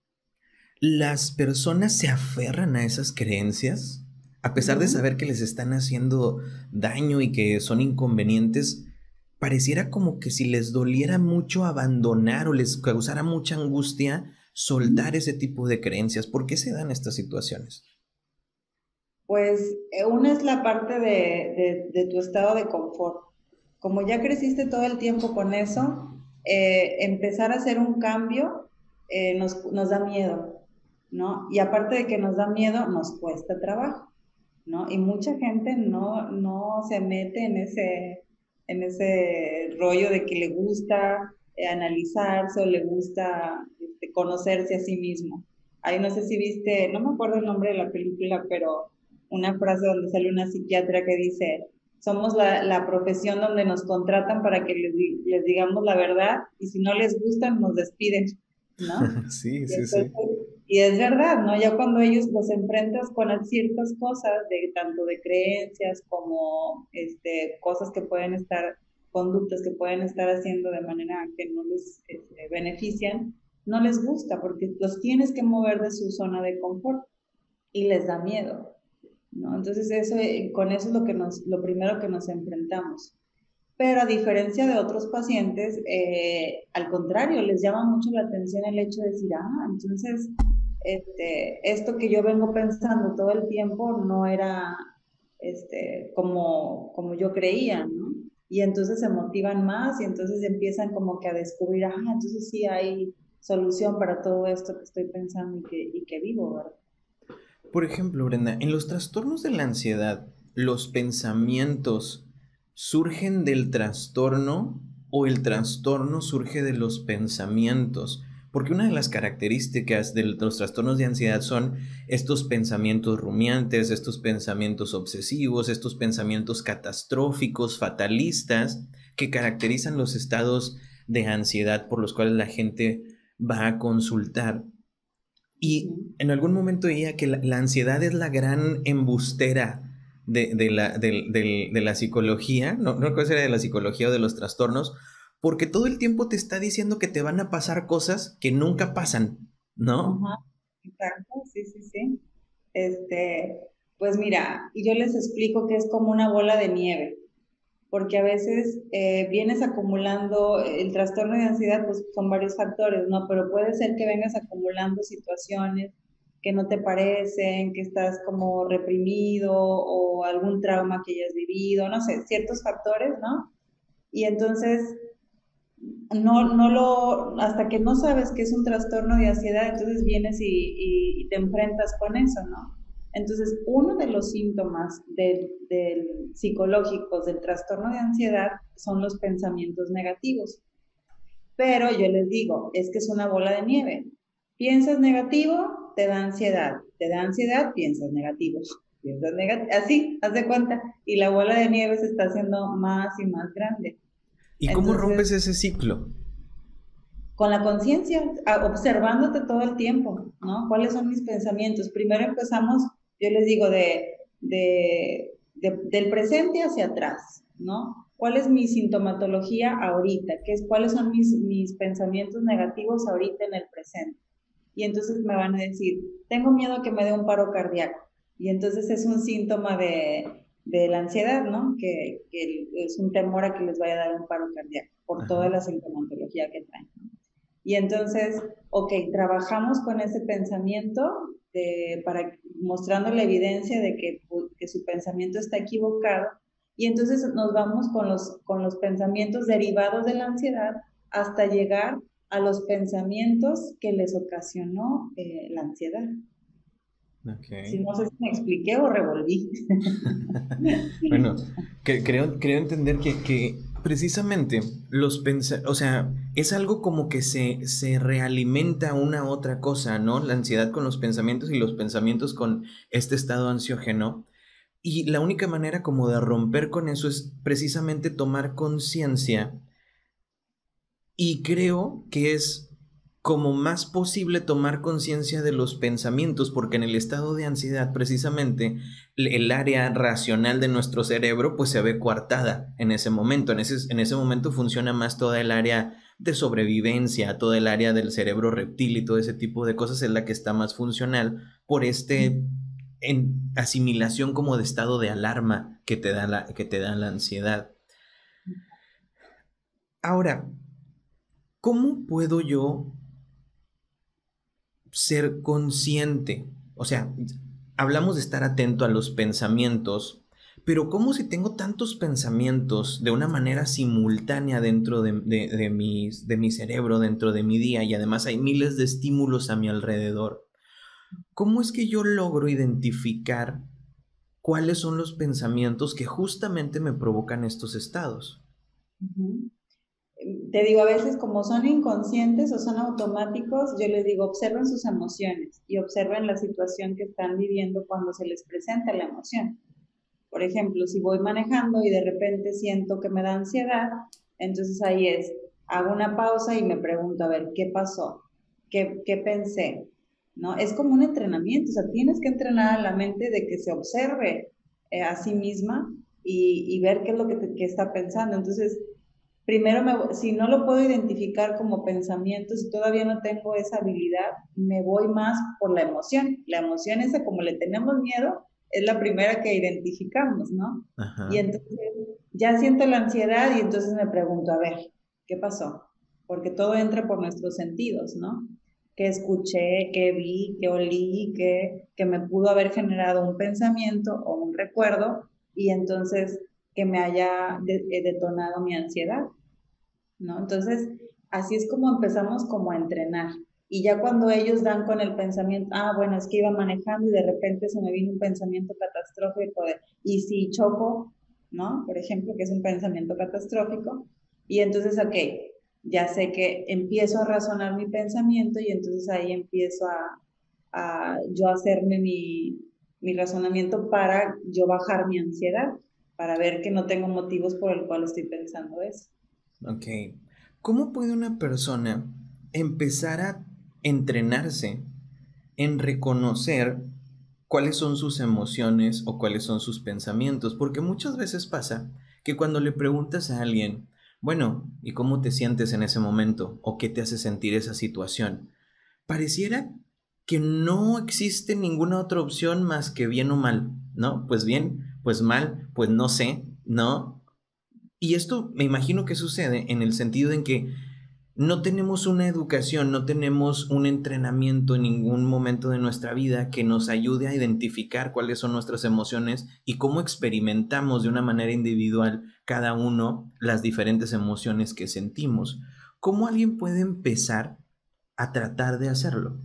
A: las personas se aferran a esas creencias? A pesar de
B: Ujú.
A: saber que les están haciendo daño y que son inconvenientes, pareciera como que si les doliera mucho abandonar o les causara mucha angustia soltar ese tipo de creencias. ¿Por qué se dan estas situaciones?
B: Pues eh, una es la parte de, de, de tu estado de confort. Como ya creciste todo el tiempo con eso, eh, empezar a hacer un cambio eh, nos, nos da miedo, ¿no? Y aparte de que nos da miedo, nos cuesta trabajo, ¿no? Y mucha gente no, no se mete en ese, en ese rollo de que le gusta eh, analizarse o le gusta este, conocerse a sí mismo. Ahí no sé si viste, no me acuerdo el nombre de la película, pero una frase donde sale una psiquiatra que dice, somos la, la profesión donde nos contratan para que les, les digamos la verdad y si no les gustan nos despiden, ¿no?
A: Sí,
B: Y
A: sí, sí.
B: entonces, y es verdad, ¿no? Ya cuando ellos los enfrentas con ciertas cosas, de tanto de creencias como este, cosas que pueden estar, conductas que pueden estar haciendo de manera que no les este, benefician, no les gusta porque los tienes que mover de su zona de confort y les da miedo, ¿no? Entonces eso, eh, con eso es lo que nos, lo primero que nos enfrentamos. Pero a diferencia de otros pacientes, eh, al contrario, les llama mucho la atención el hecho de decir, ah, entonces, este, esto que yo vengo pensando todo el tiempo no era este, como, como yo creía, ¿no? Y entonces se motivan más y entonces empiezan como que a descubrir, ah, entonces sí hay solución para todo esto que estoy pensando y que, y que vivo, ¿verdad?
A: Por ejemplo, Brenda, en los trastornos de la ansiedad, ¿los pensamientos surgen del trastorno o el trastorno surge de los pensamientos? Porque una de las características de los trastornos de ansiedad son estos pensamientos rumiantes, estos pensamientos obsesivos, estos pensamientos catastróficos, fatalistas, que caracterizan los estados de ansiedad por los cuales la gente va a consultar. Y
B: Ujú.
A: en algún momento veía que la, la ansiedad es la gran embustera de, de la, del- del- de la psicología, no, no recuerdo si era de la psicología o de los trastornos, porque todo el tiempo te está diciendo que te van a pasar cosas que nunca pasan, ¿no?
B: Ajá, exacto, sí, sí, sí. Este, pues mira, y yo les explico que es como una bola de nieve, porque a veces eh, vienes acumulando el trastorno de ansiedad, pues son varios factores, ¿no? Pero puede ser que vengas acumulando situaciones que no te parecen, que estás como reprimido o algún trauma que hayas vivido, no sé, ciertos factores, ¿no? Y entonces no, no lo, hasta que no sabes que es un trastorno de ansiedad, entonces vienes y, y- y te enfrentas con eso, ¿no? Entonces, uno de los síntomas del, del psicológicos del trastorno de ansiedad son los pensamientos negativos. Pero yo les digo, es que es una bola de nieve. Piensas negativo, te da ansiedad. Te da ansiedad, piensas negativo. Piensas negativo. Así, haz de cuenta. Y la bola de nieve se está haciendo más y más grande.
A: ¿Y cómo rompes
B: Entonces,
A: ese ciclo?
B: con la conciencia, a- observándote todo el tiempo, ¿no? ¿Cuáles son mis pensamientos? Primero empezamos, yo les digo, de, de, de- del presente hacia atrás, ¿no? ¿Cuál es mi sintomatología ahorita? ¿Qué es, cuáles son mis, mis pensamientos negativos ahorita en el presente? Y entonces me van a decir, tengo miedo a que me dé un paro cardíaco. Y entonces es un síntoma de, de la ansiedad, ¿no? Que, que es un temor a que les vaya a dar un paro cardíaco por toda
A: Ajá.
B: la sintomatología que traen. Y entonces, ok, trabajamos con ese pensamiento de, para, mostrando la evidencia de que, que su pensamiento está equivocado. Y entonces nos vamos con los, con los pensamientos derivados de la ansiedad hasta llegar a los pensamientos que les ocasionó eh, la ansiedad. Si
A: Ok.
B: no sé si me expliqué o revolví.
A: Bueno, que- creo, creo entender que, que precisamente los pensamientos, o sea, es algo como que se, se realimenta una otra cosa, ¿no? La ansiedad con los pensamientos y los pensamientos con este estado ansiógeno. Y la única manera como de romper con eso es precisamente tomar conciencia y creo que es como más posible tomar conciencia de los pensamientos, porque en el estado de ansiedad, precisamente, el área racional de nuestro cerebro, pues se ve coartada en ese momento. En ese, en ese momento funciona más toda el área de sobrevivencia, toda el área del cerebro reptil y todo ese tipo de cosas es la que está más funcional por este en asimilación como de estado de alarma que te da la, que te da la ansiedad. Ahora, ¿cómo puedo yo ser consciente? O sea, hablamos de estar atento a los pensamientos, pero ¿cómo si tengo tantos pensamientos de una manera simultánea dentro de, de, de, mi, de mi cerebro, dentro de mi día, y además hay miles de estímulos a mi alrededor? ¿Cómo es que yo logro identificar cuáles son los pensamientos que justamente me provocan estos estados?
B: Ujú. Te digo, a veces como son inconscientes o son automáticos, yo les digo, observen sus emociones y observen la situación que están viviendo cuando se les presenta la emoción. Por ejemplo, si voy manejando y de repente siento que me da ansiedad, entonces ahí es, hago una pausa y me pregunto, a ver, ¿qué pasó? ¿Qué, qué pensé? ¿No? Es como un entrenamiento, o sea, tienes que entrenar a la mente de que se observe eh, a sí misma y, y, ver qué es lo que, te, que está pensando. Entonces, primero, me, si no lo puedo identificar como pensamiento, si todavía no tengo esa habilidad, me voy más por la emoción. La emoción esa, como le tenemos miedo, es la primera que identificamos, ¿no? Y
A: Ajá.
B: entonces ya siento la ansiedad y entonces me pregunto, a ver, ¿qué pasó? Porque todo entra por nuestros sentidos, ¿no? ¿Qué escuché, qué vi, qué olí, qué, que me pudo haber generado un pensamiento o un recuerdo y entonces que me haya de, eh, detonado mi ansiedad, ¿no? Entonces, así es como empezamos como a entrenar. Y ya cuando ellos dan con el pensamiento, ah, bueno, es que iba manejando y de repente se me vino un pensamiento catastrófico de, ¿y si choco? ¿No? Por ejemplo, que es un pensamiento catastrófico. Y entonces, ok, ya sé que empiezo a razonar mi pensamiento y entonces ahí empiezo a, a yo hacerme mi, mi razonamiento para yo bajar mi ansiedad, para ver que no tengo motivos por el cual estoy pensando eso.
A: Ok. ¿Cómo puede una persona empezar a entrenarse en reconocer cuáles son sus emociones o cuáles son sus pensamientos? Porque muchas veces pasa que cuando le preguntas a alguien, bueno, ¿y cómo te sientes en ese momento? ¿O qué te hace sentir esa situación? Pareciera que no existe ninguna otra opción más que bien o mal, ¿no? Pues bien, pues mal, pues no sé, ¿no? Y esto me imagino que sucede en el sentido en que no tenemos una educación, no tenemos un entrenamiento en ningún momento de nuestra vida que nos ayude a identificar cuáles son nuestras emociones y cómo experimentamos de una manera individual cada uno las diferentes emociones que sentimos. ¿Cómo alguien puede empezar a tratar de hacerlo?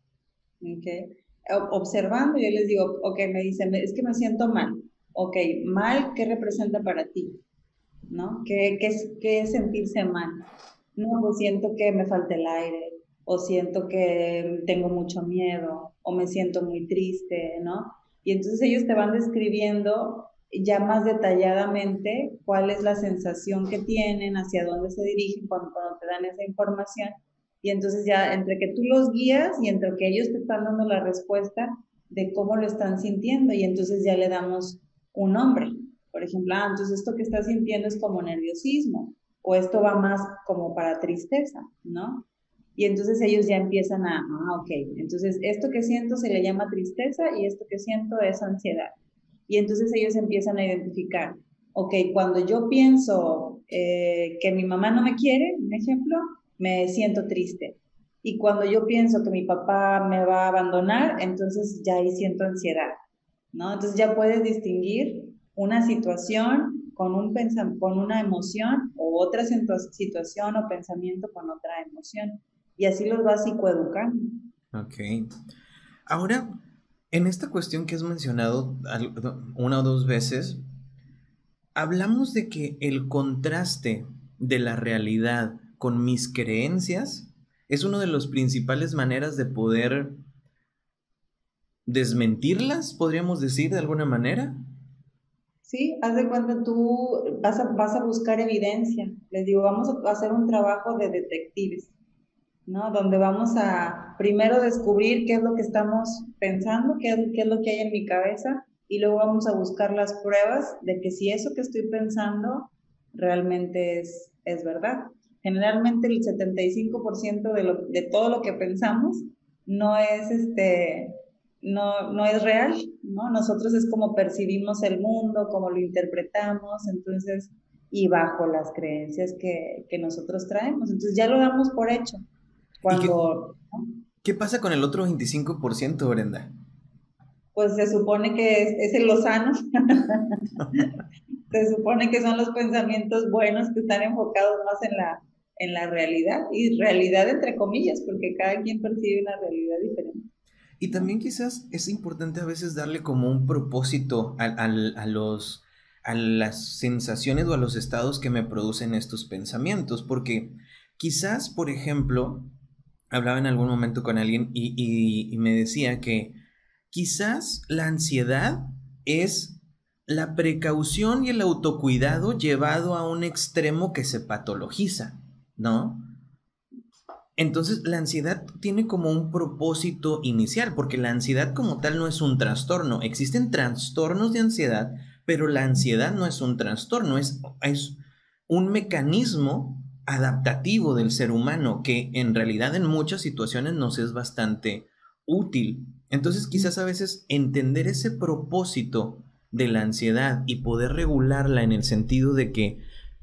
B: Okay. Observando, yo les digo, ok, me dicen, es que me siento mal. Ok, mal, ¿qué representa para ti? ¿No? ¿Qué, qué, es, qué es sentirse mal? No, pues siento que me falta el aire, o siento que tengo mucho miedo, o me siento muy triste, ¿no? Y entonces ellos te van describiendo ya más detalladamente cuál es la sensación que tienen, hacia dónde se dirigen cuando, cuando te dan esa información. Y entonces ya entre que tú los guías y entre que ellos te están dando la respuesta de cómo lo están sintiendo y entonces ya le damos un nombre. Por ejemplo, ah, entonces esto que estás sintiendo es como nerviosismo o esto va más como para tristeza, ¿no? Y entonces ellos ya empiezan a, ah, ok, entonces esto que siento se le llama tristeza y esto que siento es ansiedad. Y entonces ellos empiezan a identificar, ok, cuando yo pienso eh, que mi mamá no me quiere, un ejemplo, me siento triste. Y cuando yo pienso que mi papá me va a abandonar, entonces ya ahí siento ansiedad, ¿no? Entonces ya puedes distinguir una situación con, un con una emoción o otra situación o pensamiento con otra emoción. Y así los vas psicoeducando.
A: Ok. Ahora, en esta cuestión que has mencionado una o dos veces, hablamos de que el contraste de la realidad con mis creencias es una de las principales maneras de poder desmentirlas, podríamos decir de alguna manera.
B: Sí, haz de cuenta tú vas a, vas a buscar evidencia. Les digo, vamos a hacer un trabajo de detectives, ¿no? Donde vamos a primero descubrir qué es lo que estamos pensando, qué es, qué es lo que hay en mi cabeza, y luego vamos a buscar las pruebas de que si eso que estoy pensando realmente es, es verdad. Generalmente el setenta y cinco por ciento de, lo, de todo lo que pensamos no es, este, no, no es real, ¿no? Nosotros es como percibimos el mundo, como lo interpretamos, entonces, y bajo las creencias que, que nosotros traemos. Entonces ya lo damos por hecho. Cuando,
A: ¿Y qué, qué pasa con el otro veinticinco por ciento, Brenda?
B: Pues se supone que es, es el lozano. Se supone que son los pensamientos buenos que están enfocados más en la, en la realidad, y realidad entre comillas, porque cada quien percibe una realidad diferente.
A: Y también quizás es importante a veces darle como un propósito a, a, a los, a las sensaciones o a los estados que me producen estos pensamientos, porque quizás, por ejemplo, hablaba en algún momento con alguien y, y, y me decía que quizás la ansiedad es la precaución y el autocuidado llevado a un extremo que se patologiza, ¿no? Entonces la ansiedad tiene como un propósito inicial, porque la ansiedad como tal no es un trastorno. Existen trastornos de ansiedad, pero la ansiedad no es un trastorno, es, es un mecanismo adaptativo del ser humano que en realidad en muchas situaciones nos es bastante útil. Entonces quizás a veces entender ese propósito de la ansiedad y poder regularla en el sentido de que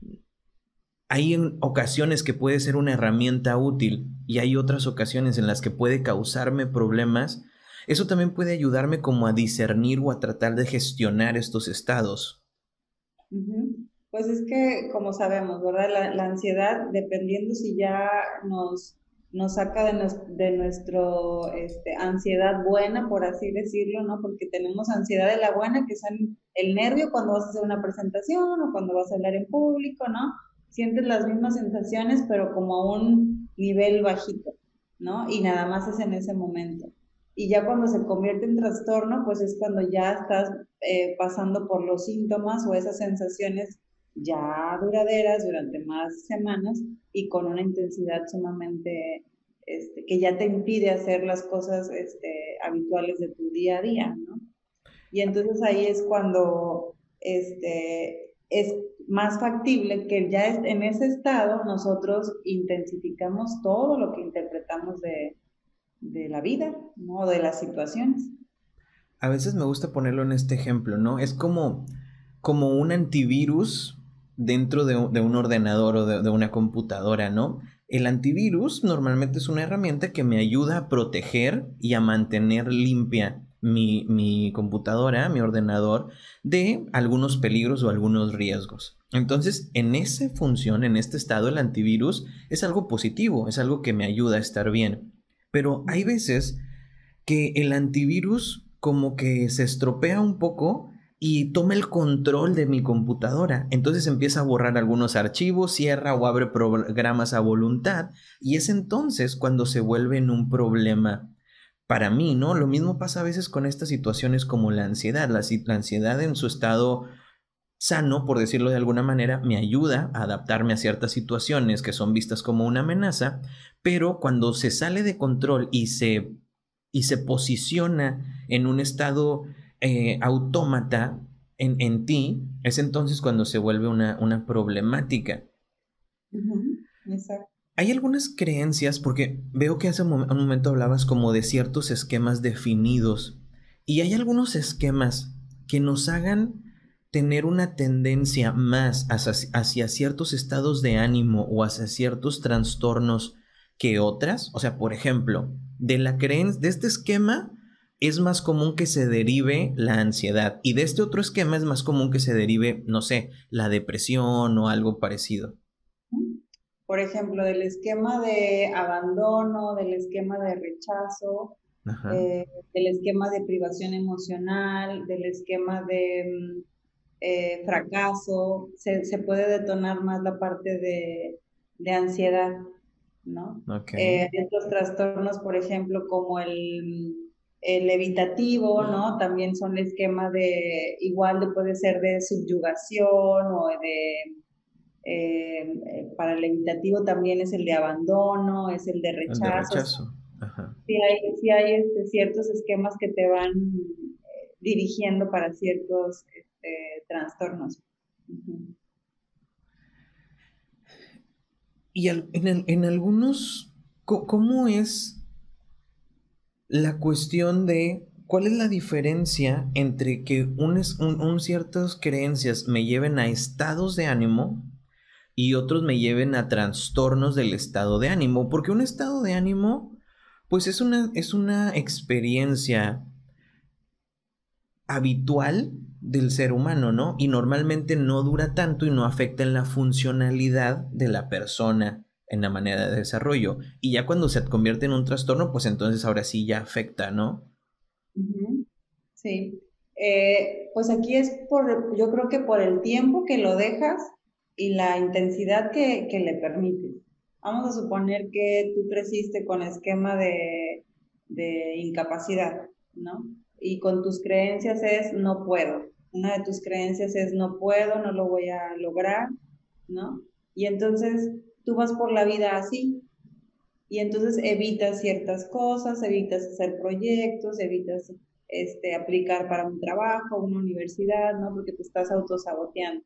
A: hay en ocasiones que puede ser una herramienta útil y hay otras ocasiones en las que puede causarme problemas. Eso también puede ayudarme como a discernir o a tratar de gestionar estos estados.
B: Uh-huh. Pues es que, como sabemos, ¿verdad? La, la ansiedad, dependiendo si ya nos, nos saca de, nuestro, de nuestro este, ansiedad buena, por así decirlo, ¿no? Porque tenemos ansiedad de la buena, que es el nervio cuando vas a hacer una presentación o cuando vas a hablar en público, ¿no? Sientes las mismas sensaciones, pero como a un nivel bajito, ¿no? Y nada más es en ese momento. Y ya cuando se convierte en trastorno, pues es cuando ya estás eh, pasando por los síntomas o esas sensaciones ya duraderas durante más semanas y con una intensidad sumamente este, que ya te impide hacer las cosas este, habituales de tu día a día, ¿no? Y entonces ahí es cuando este, es más factible que ya en ese estado nosotros intensificamos todo lo que interpretamos de, de la vida, ¿no? De las situaciones.
A: A veces me gusta ponerlo en este ejemplo, ¿no? Es como, como un antivirus dentro de un, de un ordenador o de, de una computadora, ¿no? El antivirus normalmente es una herramienta que me ayuda a proteger y a mantener limpia mi, mi computadora, mi ordenador, de algunos peligros o algunos riesgos. Entonces, en esa función, en este estado, el antivirus es algo positivo, es algo que me ayuda a estar bien. Pero hay veces que el antivirus como que se estropea un poco y toma el control de mi computadora. Entonces empieza a borrar algunos archivos, cierra o abre programas a voluntad. Y es entonces cuando se vuelve en un problema para mí, ¿no? Lo mismo pasa a veces con estas situaciones como la ansiedad. La, la ansiedad en su estado sano, por decirlo de alguna manera, me ayuda a adaptarme a ciertas situaciones que son vistas como una amenaza, pero cuando se sale de control y se, y se posiciona en un estado eh, autómata en, en ti, es entonces cuando se vuelve una, una problemática.
B: Ujú, exacto.
A: Hay algunas creencias, porque veo que hace un, mom- un momento hablabas como de ciertos esquemas definidos, y hay algunos esquemas que nos hagan tener una tendencia más hacia, hacia ciertos estados de ánimo o hacia ciertos trastornos que otras. O sea, por ejemplo, de la creencia, de este esquema es más común que se derive la ansiedad, y de este otro esquema es más común que se derive, no sé, la depresión o algo parecido.
B: Por ejemplo, del esquema de abandono, del esquema de rechazo,
A: Ajá.
B: eh, del esquema de privación emocional, del esquema de mm, eh, fracaso, se, se puede detonar más la parte de, de ansiedad, ¿no?
A: Ok.
B: Eh, hay otros trastornos, por ejemplo, como el, el evitativo, ¿no? También son el esquema de, igual de, puede ser de subyugación o de eh, eh, para el evitativo también es el de abandono, es el de
A: El de
B: rechazo.
A: rechazo. Ajá.
B: Sí hay, sí hay este, ciertos esquemas que te van eh, dirigiendo para ciertos este, trastornos. Ujú.
A: Y al- en, el- en algunos, co- ¿cómo es la cuestión de cuál es la diferencia entre que un, es- un- un ciertas creencias me lleven a estados de ánimo y otros me lleven a trastornos del estado de ánimo? Porque un estado de ánimo, pues es una, es una experiencia habitual del ser humano, ¿no? Y normalmente no dura tanto y no afecta en la funcionalidad de la persona en la manera de desarrollo. Y ya cuando se convierte en un trastorno, pues entonces ahora sí ya afecta, ¿no?
B: Ujú. Sí. Eh, pues aquí es por, yo creo que por el tiempo que lo dejas y la intensidad que, que le permites. Vamos a suponer que tú creciste con esquema de, de incapacidad, ¿no? Y con tus creencias es no puedo. Una de tus creencias es no puedo, no lo voy a lograr, ¿no? Y entonces tú vas por la vida así, y entonces evitas ciertas cosas, evitas hacer proyectos, evitas este, aplicar para un trabajo, una universidad, ¿no? Porque te estás autosaboteando.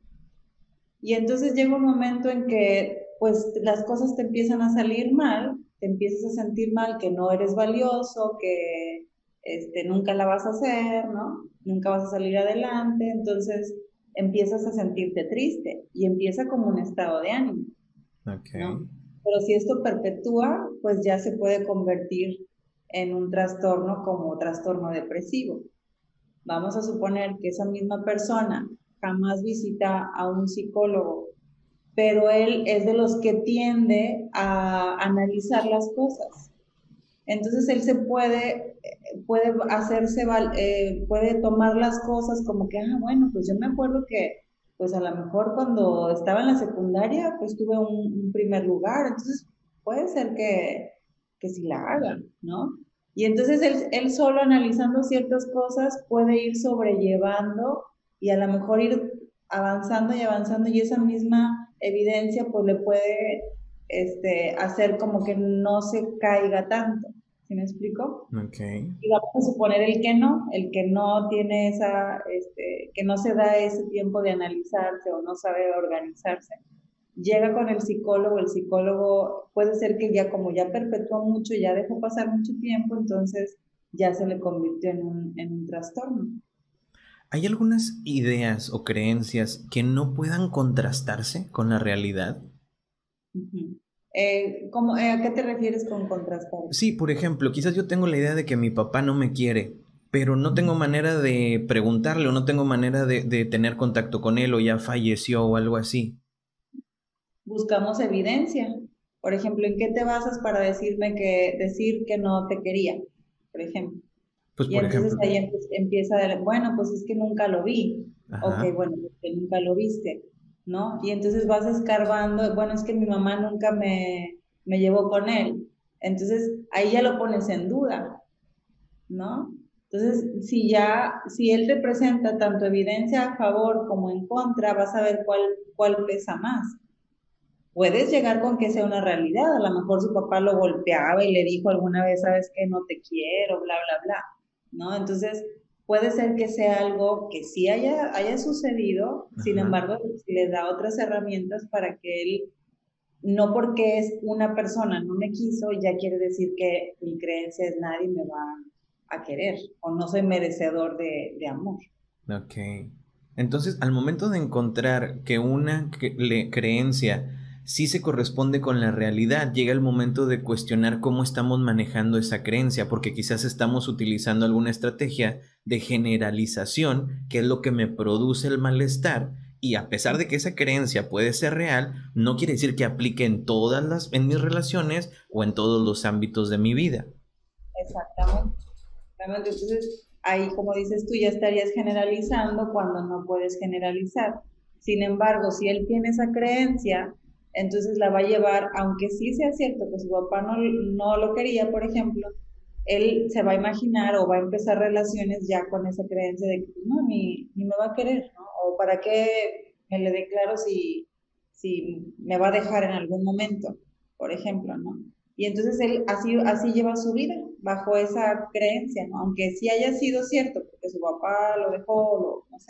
B: Y entonces llega un momento en que pues las cosas te empiezan a salir mal, te empiezas a sentir mal, que no eres valioso, que este, nunca la vas a hacer, ¿no? Nunca vas a salir adelante, entonces empiezas a sentirte triste y empieza como un estado de ánimo,
A: Ok.
B: ¿no? Pero si esto perpetúa, pues ya se puede convertir en un trastorno como trastorno depresivo. Vamos a suponer que esa misma persona jamás visita a un psicólogo, pero él es de los que tiende a analizar las cosas. Entonces él se puede, puede hacerse, eh, puede tomar las cosas como que, ah, bueno, pues yo me acuerdo que, pues a lo mejor cuando estaba en la secundaria, pues tuve un, un primer lugar, entonces puede ser que, que sí la haga, ¿no? Y entonces él, él solo analizando ciertas cosas puede ir sobrellevando y a lo mejor ir avanzando y avanzando y esa misma evidencia pues le puede este, hacer como que no se caiga tanto. ¿Sí me explico?
A: Ok.
B: Y vamos a suponer el que no, el que no tiene esa, este, que no se da ese tiempo de analizarse o no sabe organizarse. Llega con el psicólogo, el psicólogo puede ser que ya como ya perpetuó mucho, ya dejó pasar mucho tiempo, entonces ya se le convirtió en un, en un trastorno.
A: ¿Hay algunas ideas o creencias que no puedan contrastarse con la realidad?
B: Uh-huh. Eh, ¿cómo, eh, ¿A qué te refieres con contrastar?
A: Sí, por ejemplo, quizás yo tengo la idea de que mi papá no me quiere, pero no tengo manera de preguntarle o no tengo manera de, de tener contacto con él o ya falleció o algo así.
B: Buscamos evidencia. Por ejemplo, ¿en qué te basas para decirme que, decir que no te quería? Por ejemplo.
A: Pues
B: Y
A: por
B: entonces
A: ejemplo,
B: ahí empe- empieza, de, bueno, pues es que nunca lo vi. Ok,
A: ajá,
B: bueno, pues que nunca lo viste, ¿no? Y entonces vas escarbando, bueno, es que mi mamá nunca me, me llevó con él. Entonces ahí ya lo pones en duda, ¿no? Entonces, si ya, si él te presenta tanto evidencia a favor como en contra, vas a ver cuál, cuál pesa más. Puedes llegar con que sea una realidad, a lo mejor su papá lo golpeaba y le dijo alguna vez, sabes que no te quiero, bla, bla, bla, ¿no? Entonces, puede ser que sea algo que sí haya, haya sucedido, sin
A: Ajá.
B: embargo, le da otras herramientas para que él, no porque es una persona, no me quiso, ya quiere decir que mi creencia es nadie me va a querer o no soy merecedor de, de amor.
A: Ok. Entonces, al momento de encontrar que una cre- le- creencia sí se corresponde con la realidad, llega el momento de cuestionar cómo estamos manejando esa creencia, porque quizás estamos utilizando alguna estrategia de generalización, que es lo que me produce el malestar, y a pesar de que esa creencia puede ser real, no quiere decir que aplique en todas las, en mis relaciones o en todos los ámbitos de mi vida.
B: Exactamente. Exactamente. Entonces, ahí, como dices tú, ya estarías generalizando cuando no puedes generalizar. Sin embargo, si él tiene esa creencia, entonces la va a llevar, aunque sí sea cierto que su papá no, no lo quería, por ejemplo, él se va a imaginar o va a empezar relaciones ya con esa creencia de que pues, no, ni, ni me va a querer, ¿no? O para qué me le declaro si, si me va a dejar en algún momento, por ejemplo, ¿no? Y entonces él así, así lleva su vida, bajo esa creencia, ¿no? Aunque sí haya sido cierto, porque su papá lo dejó, lo, no sé,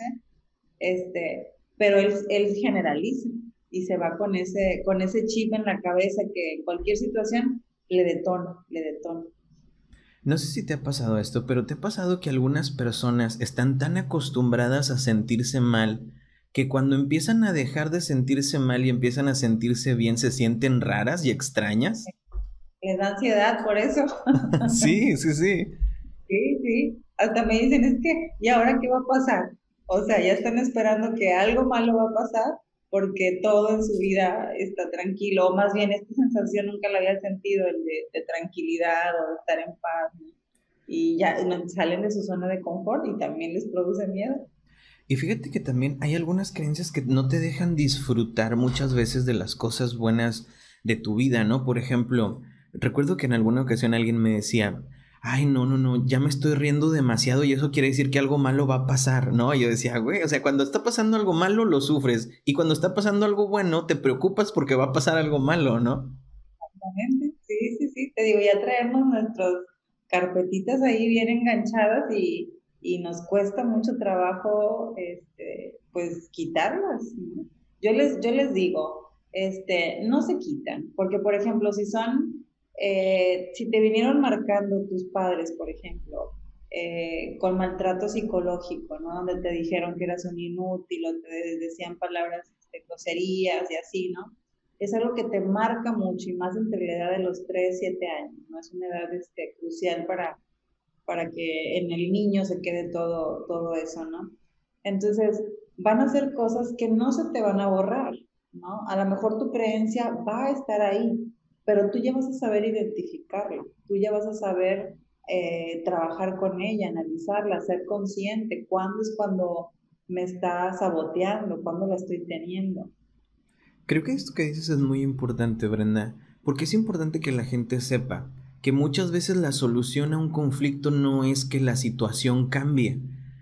B: este, pero él, él generaliza y se va con ese, con ese chip en la cabeza que en cualquier situación le detona, le detona.
A: No sé si te ha pasado esto, pero ¿te ha pasado que algunas personas están tan acostumbradas a sentirse mal que cuando empiezan a dejar de sentirse mal y empiezan a sentirse bien se sienten raras y extrañas?
B: Les da ansiedad por eso.
A: Sí, sí, sí.
B: Sí, sí. Hasta me dicen, es que, ¿y ahora qué va a pasar? O sea, ya están esperando que algo malo va a pasar porque todo en su vida está tranquilo, o más bien esta sensación nunca la había sentido, el de, de tranquilidad o de estar en paz, ¿no? Y ya no- salen de su zona de confort y también les produce miedo.
A: Y fíjate que también hay algunas creencias que no te dejan disfrutar muchas veces de las cosas buenas de tu vida, ¿no? Por ejemplo, recuerdo que en alguna ocasión alguien me decía, ay, no, no, no, ya me estoy riendo demasiado y eso quiere decir que algo malo va a pasar, ¿no? Y yo decía, güey, o sea, cuando está pasando algo malo lo sufres y cuando está pasando algo bueno te preocupas porque va a pasar algo malo, ¿no?
B: Exactamente. Sí, sí, sí. Te digo, ya traemos nuestras carpetitas ahí bien enganchadas y, y nos cuesta mucho trabajo, este, pues, quitarlas, ¿no? Yo les, yo les digo, este, no se quitan, porque, por ejemplo, si son, eh, si te vinieron marcando tus padres, por ejemplo, eh, con maltrato psicológico, ¿no? Donde te dijeron que eras un inútil o te decían palabras, este, groserías y así, ¿no? Es algo que te marca mucho y más entre la edad de los tres siete años, ¿no? Es una edad este, crucial para, para que en el niño se quede todo, todo eso, ¿no? Entonces, van a ser cosas que no se te van a borrar, ¿no? A lo mejor tu creencia va a estar ahí, pero tú ya vas a saber identificarla, tú ya vas a saber eh, trabajar con ella, analizarla, ser consciente, cuándo es cuando me está saboteando, cuándo la estoy teniendo.
A: Creo que esto que dices es muy importante, Brenda, porque es importante que la gente sepa que muchas veces la solución a un conflicto no es que la situación cambie,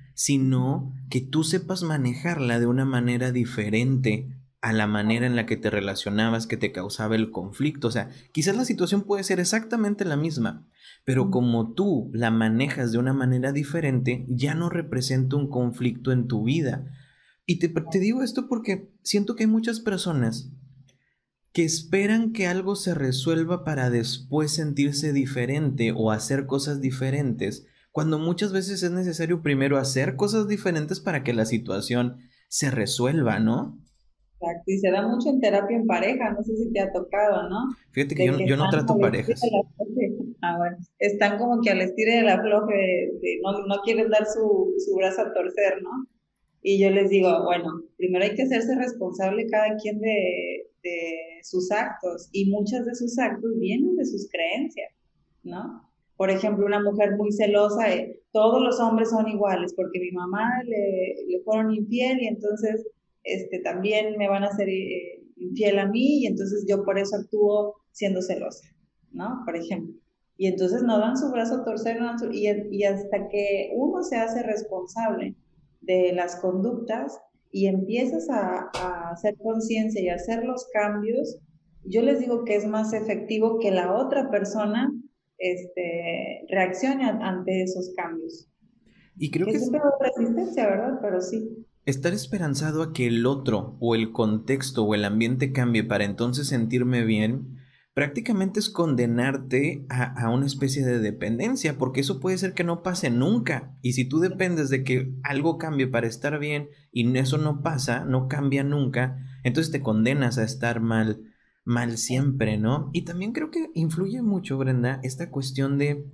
A: sino que tú sepas manejarla de una manera diferente a la manera en la que te relacionabas, que te causaba el conflicto. O sea, quizás la situación puede ser exactamente la misma, pero como tú la manejas de una manera diferente, ya no representa un conflicto en tu vida. Y te, te digo esto porque siento que hay muchas personas que esperan que algo se resuelva para después sentirse diferente o hacer cosas diferentes, cuando muchas veces es necesario primero hacer cosas diferentes para que la situación se resuelva, ¿no?
B: Exacto, y se da mucho en terapia en pareja, no sé si te ha tocado, ¿no?
A: Fíjate que
B: De
A: yo,
B: que
A: yo no
B: están
A: trato
B: al estilo de
A: parejas.
B: la floje, ah, bueno, están como que al estilo de la floje, de, de no, no quieren dar su, su brazo a torcer, ¿no? Y yo les digo, bueno, primero hay que hacerse responsable cada quien de, de sus actos, y muchos de sus actos vienen de sus creencias, ¿no? Por ejemplo, una mujer muy celosa, eh, todos los hombres son iguales, porque mi mamá le, le fueron infiel y entonces este, también me van a ser eh, infiel a mí y entonces yo por eso actúo siendo celosa, ¿no? Por ejemplo. Y entonces no dan su brazo a torcer, no dan su- y, y hasta que uno se hace responsable de las conductas y empiezas a, a hacer conciencia y a hacer los cambios, yo les digo que es más efectivo que la otra persona este, reaccione ante esos cambios.
A: Y creo
B: Que
A: que es
B: siempre va a haber resistencia, ¿verdad? Pero sí.
A: estar esperanzado a que el otro o el contexto o el ambiente cambie para entonces sentirme bien, prácticamente es condenarte a, a una especie de dependencia, porque eso puede ser que no pase nunca. Y si tú dependes de que algo cambie para estar bien y eso no pasa, no cambia nunca, entonces te condenas a estar mal, mal siempre, ¿no? Y también creo que influye mucho, Brenda, esta cuestión de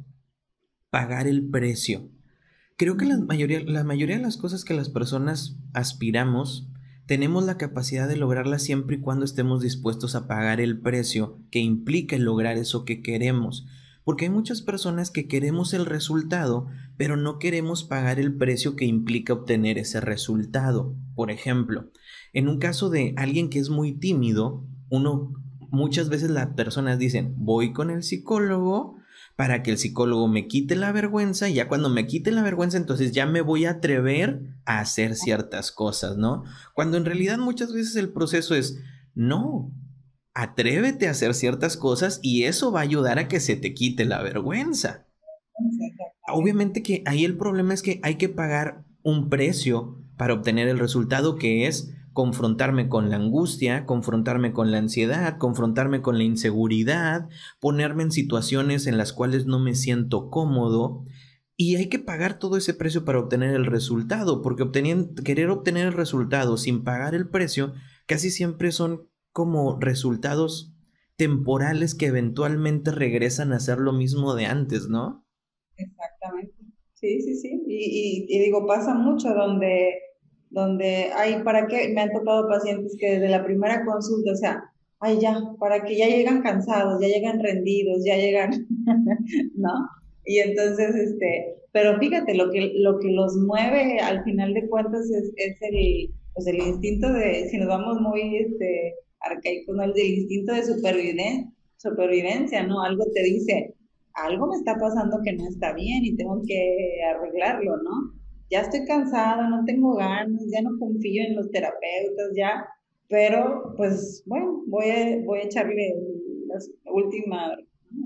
A: pagar el precio. Creo que la
B: Ujú.
A: mayoría, la mayoría de las cosas que las personas aspiramos, tenemos la capacidad de lograrlas siempre y cuando estemos dispuestos a pagar el precio que implica el lograr eso que queremos. Porque hay muchas personas que queremos el resultado, pero no queremos pagar el precio que implica obtener ese resultado. Por ejemplo, en un caso de alguien que es muy tímido, uno, muchas veces las personas dicen, voy con el psicólogo para que el psicólogo me quite la vergüenza y ya cuando me quite la vergüenza entonces ya me voy a atrever a hacer ciertas cosas, ¿no? Cuando en realidad muchas veces el proceso es, no, atrévete a hacer ciertas cosas y eso va a ayudar a que se te quite la vergüenza.
B: Sí, exactamente.
A: Obviamente que ahí el problema es que hay que pagar un precio para obtener el resultado que es confrontarme con la angustia, confrontarme con la ansiedad, confrontarme con la inseguridad, ponerme en situaciones en las cuales no me siento cómodo y hay que pagar todo ese precio para obtener el resultado, porque obteniendo, querer obtener el resultado sin pagar el precio casi siempre son como resultados temporales que eventualmente regresan a ser lo mismo de antes, ¿no?
B: Exactamente. Sí, sí, sí. Y, y, y digo, pasa mucho donde, donde hay, ¿para qué? Me han tocado pacientes que desde la primera consulta, o sea, ay, ya, para que ya llegan cansados, ya llegan rendidos, ya llegan, ¿no? Y entonces, este, pero fíjate, lo que, lo que los mueve al final de cuentas es, es el, pues el instinto de, si nos vamos muy, este, arcaicos, ¿no? El del instinto de supervivencia, supervivencia, ¿no? Algo te dice, algo me está pasando que no está bien y tengo que arreglarlo, ¿no? Ya estoy cansada, no tengo ganas, ya no confío en los terapeutas, ya, pero pues bueno, voy a, voy a echarle las últimas, ¿no?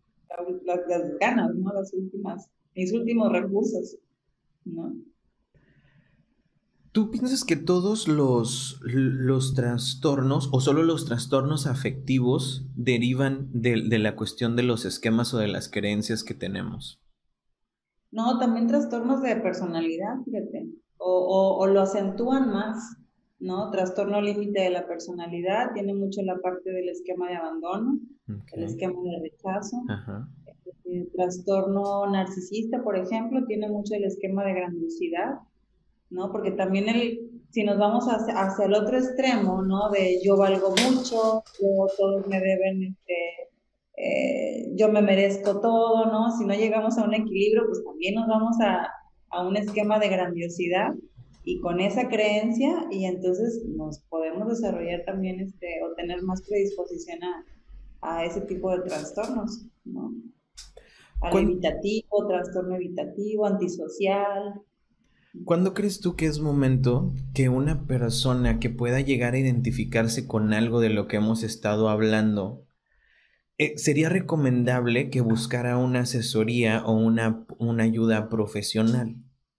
B: las, las ganas, ¿no? Las últimas, mis últimos recursos, ¿no?
A: ¿Tú piensas que todos los, los trastornos o solo los trastornos afectivos derivan de, de la cuestión de los esquemas o de las creencias que tenemos?
B: No, también trastornos de personalidad, fíjate, o, o, o lo acentúan más, ¿no? Trastorno límite de la personalidad tiene mucho la parte del esquema de abandono,
A: Ok.
B: el esquema de rechazo.
A: Ajá.
B: El trastorno narcisista, por ejemplo, tiene mucho el esquema de grandiosidad, ¿no? Porque también el, si nos vamos hacia, hacia el otro extremo, ¿no? De yo valgo mucho, yo, todos me deben, este, eh, yo me merezco todo, ¿no? Si no llegamos a un equilibrio, pues también nos vamos a, a un esquema de grandiosidad y con esa creencia y entonces nos podemos desarrollar también, este, o tener más predisposición a, a ese tipo de trastornos, ¿no? Al
A: ¿Cuán-
B: evitativo, trastorno evitativo, antisocial.
A: ¿Cuándo crees tú que es momento que una persona que pueda llegar a identificarse con algo de lo que hemos estado hablando, eh, sería recomendable que buscara una asesoría o una, una ayuda profesional?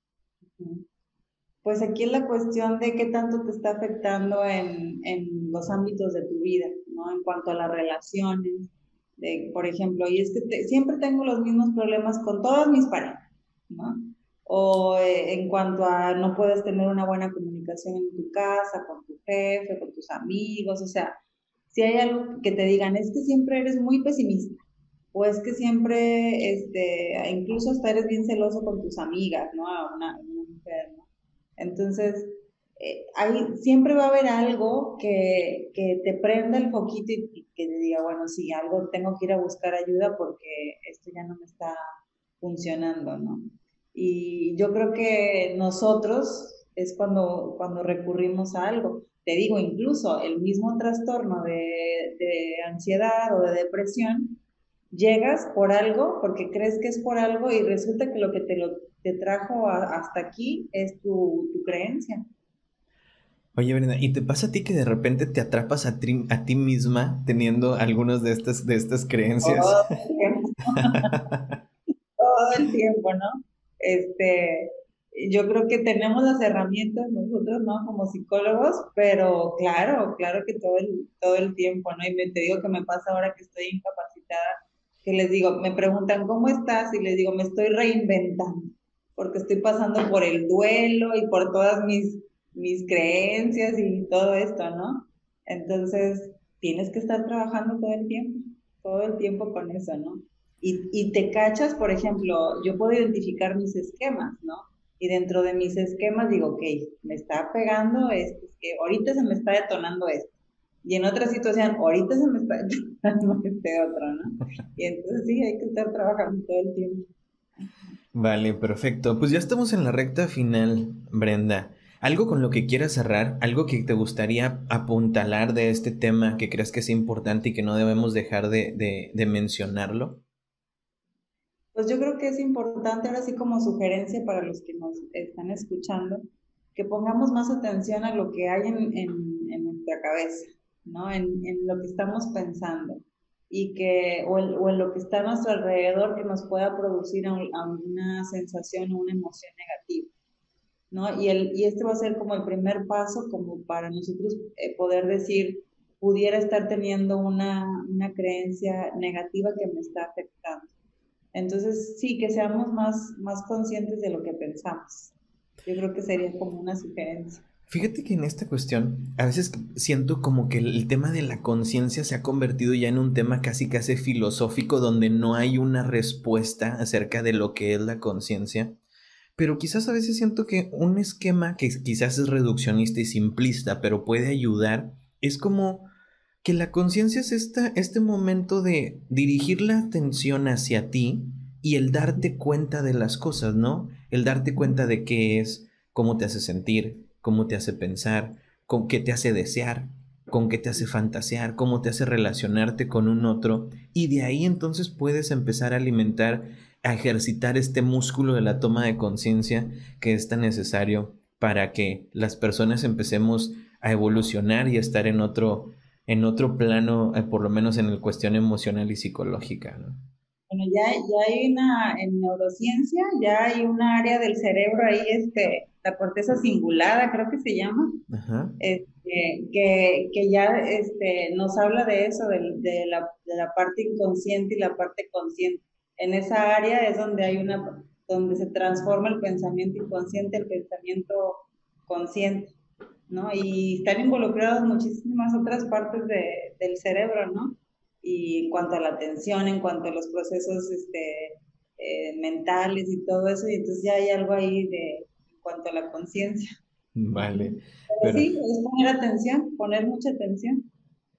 B: Pues aquí es la cuestión de qué tanto te está afectando en, en los ámbitos de tu vida, ¿no? En cuanto a las relaciones, de, por ejemplo, y es que te- siempre tengo los mismos problemas con todas mis parejas, ¿no? O eh, en cuanto a no puedes tener una buena comunicación en tu casa, con tu jefe, con tus amigos, o sea, si hay algo que te digan, es que siempre eres muy pesimista, o es que siempre, este, incluso hasta eres bien celoso con tus amigas, ¿no? A una, a una mujer, ¿no? Entonces, eh, hay, siempre va a haber algo que, que te prenda el foquito y, y que te diga, bueno, sí, algo tengo que ir a buscar ayuda porque esto ya no me está funcionando, ¿no? Y yo creo que nosotros es cuando, cuando recurrimos a algo. Te digo, incluso el mismo trastorno de, de ansiedad o de depresión llegas por algo, porque crees que es por algo y resulta que lo que te, lo, te trajo a, hasta aquí es tu, tu creencia.
A: Oye, Brenda, ¿y te pasa a ti que de repente te atrapas a, tri- a ti misma teniendo algunas de estas, de estas creencias?
B: Todo el tiempo, todo el tiempo, ¿no? Este, yo creo que tenemos las herramientas nosotros, ¿no? Como psicólogos, pero claro, claro que todo el, todo el tiempo, ¿no? Y me, te digo que me pasa ahora que estoy incapacitada, que les digo, me preguntan, ¿cómo estás? Y les digo, me estoy reinventando, porque estoy pasando por el duelo y por todas mis, mis creencias y todo esto, ¿no? Entonces, tienes que estar trabajando todo el tiempo, todo el tiempo con eso, ¿no? Y, y te cachas, por ejemplo, yo puedo identificar mis esquemas, ¿no? Y dentro de mis esquemas digo, ok, me está pegando esto, es que ahorita se me está detonando esto. Y en otra situación, ahorita se me está detonando este otro, ¿no? Y entonces sí, hay que estar trabajando todo el tiempo.
A: Vale, perfecto. Pues ya estamos en la recta final, Brenda. ¿Algo con lo que quieras cerrar? ¿Algo que te gustaría apuntalar de este tema que creas que es importante y que no debemos dejar de, de, de mencionarlo?
B: Pues yo creo que es importante, ahora sí como sugerencia para los que nos están escuchando, que pongamos más atención a lo que hay en, en, en nuestra cabeza, ¿no? En, en lo que estamos pensando y que, o, el- o en lo que está a nuestro alrededor que nos pueda producir un- alguna sensación o una emoción negativa, ¿no? Y, el, y este va a ser como el primer paso como para nosotros eh, poder decir, pudiera estar teniendo una, una creencia negativa que me está afectando. Entonces, sí, que seamos más, más conscientes de lo que pensamos. Yo creo que sería como una sugerencia.
A: Fíjate que en esta cuestión a veces siento como que el tema de la conciencia se ha convertido ya en un tema casi casi filosófico donde no hay una respuesta acerca de lo que es la conciencia. Pero quizás a veces siento que un esquema que quizás es reduccionista y simplista, pero puede ayudar, es como que la conciencia es esta, este momento de dirigir la atención hacia ti y el darte cuenta de las cosas, ¿no? El darte cuenta de qué es, cómo te hace sentir, cómo te hace pensar, con qué te hace desear, con qué te hace fantasear, cómo te hace relacionarte con un otro. Y de ahí entonces puedes empezar a alimentar, a ejercitar este músculo de la toma de conciencia que es tan necesario para que las personas empecemos a evolucionar y a estar en otro en otro plano, eh, por lo menos en la cuestión emocional y psicológica, ¿no?
B: Bueno, ya, ya hay una, en neurociencia, ya hay una área del cerebro ahí, este, la corteza cingulada, creo que se llama,
A: Ajá.
B: este, que, que ya este, nos habla de eso, de, de la, de la parte inconsciente y la parte consciente. En esa área es donde hay una, donde se transforma el pensamiento inconsciente el pensamiento consciente, ¿no? Y están involucradas muchísimas otras partes de, del cerebro, ¿no? Y en cuanto a la atención, en cuanto a los procesos este, eh, mentales y todo eso, y entonces ya hay algo ahí de, en cuanto a la conciencia.
A: Vale,
B: Ujú. Pero
A: pero
B: sí, es poner atención, poner mucha atención.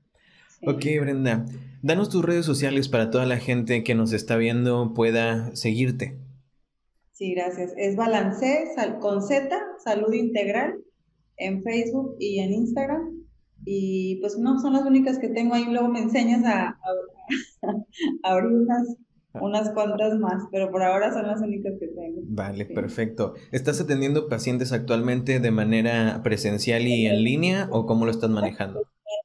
A: ok,
B: Sí,
A: Brenda, danos tus redes sociales para toda la gente que nos está viendo pueda seguirte.
B: sí, gracias. Es Balance sal, con Z, Salud Integral, en Facebook y en Instagram. Y pues no, son las únicas que tengo ahí. Luego me enseñas a, a, a abrir unas, unas cuantas más, pero por ahora son las únicas que tengo.
A: Vale,
B: Sí.
A: perfecto. ¿Estás atendiendo pacientes actualmente de manera presencial y en línea o cómo lo estás manejando?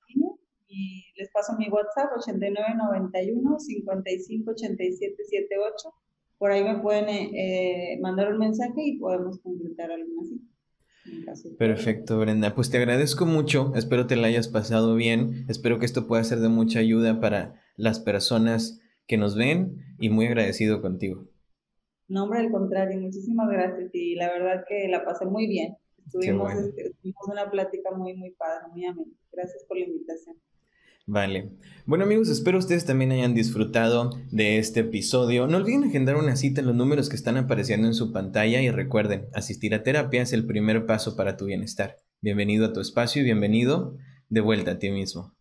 B: Y les paso mi WhatsApp ochenta y nueve noventa y uno cincuenta y cinco ochenta y siete setenta y ocho. Por ahí me pueden eh, eh, mandar un mensaje y podemos completar alguna cita en caso de que.
A: Perfecto, Brenda. Pues te agradezco mucho. Espero te la hayas pasado bien. Espero que esto pueda ser de mucha ayuda para las personas que nos ven y muy agradecido contigo.
B: No, hombre, al contrario, muchísimas gracias y la verdad que la pasé muy bien.
A: Qué
B: Estuvimos,
A: bueno.
B: este, tuvimos una plática muy, muy padre, muy amena. Gracias por la invitación.
A: Vale. Bueno amigos, espero ustedes también hayan disfrutado de este episodio. No olviden agendar una cita en los números que están apareciendo en su pantalla y recuerden, asistir a terapia es el primer paso para tu bienestar. Bienvenido a tu espacio y bienvenido de vuelta a ti mismo.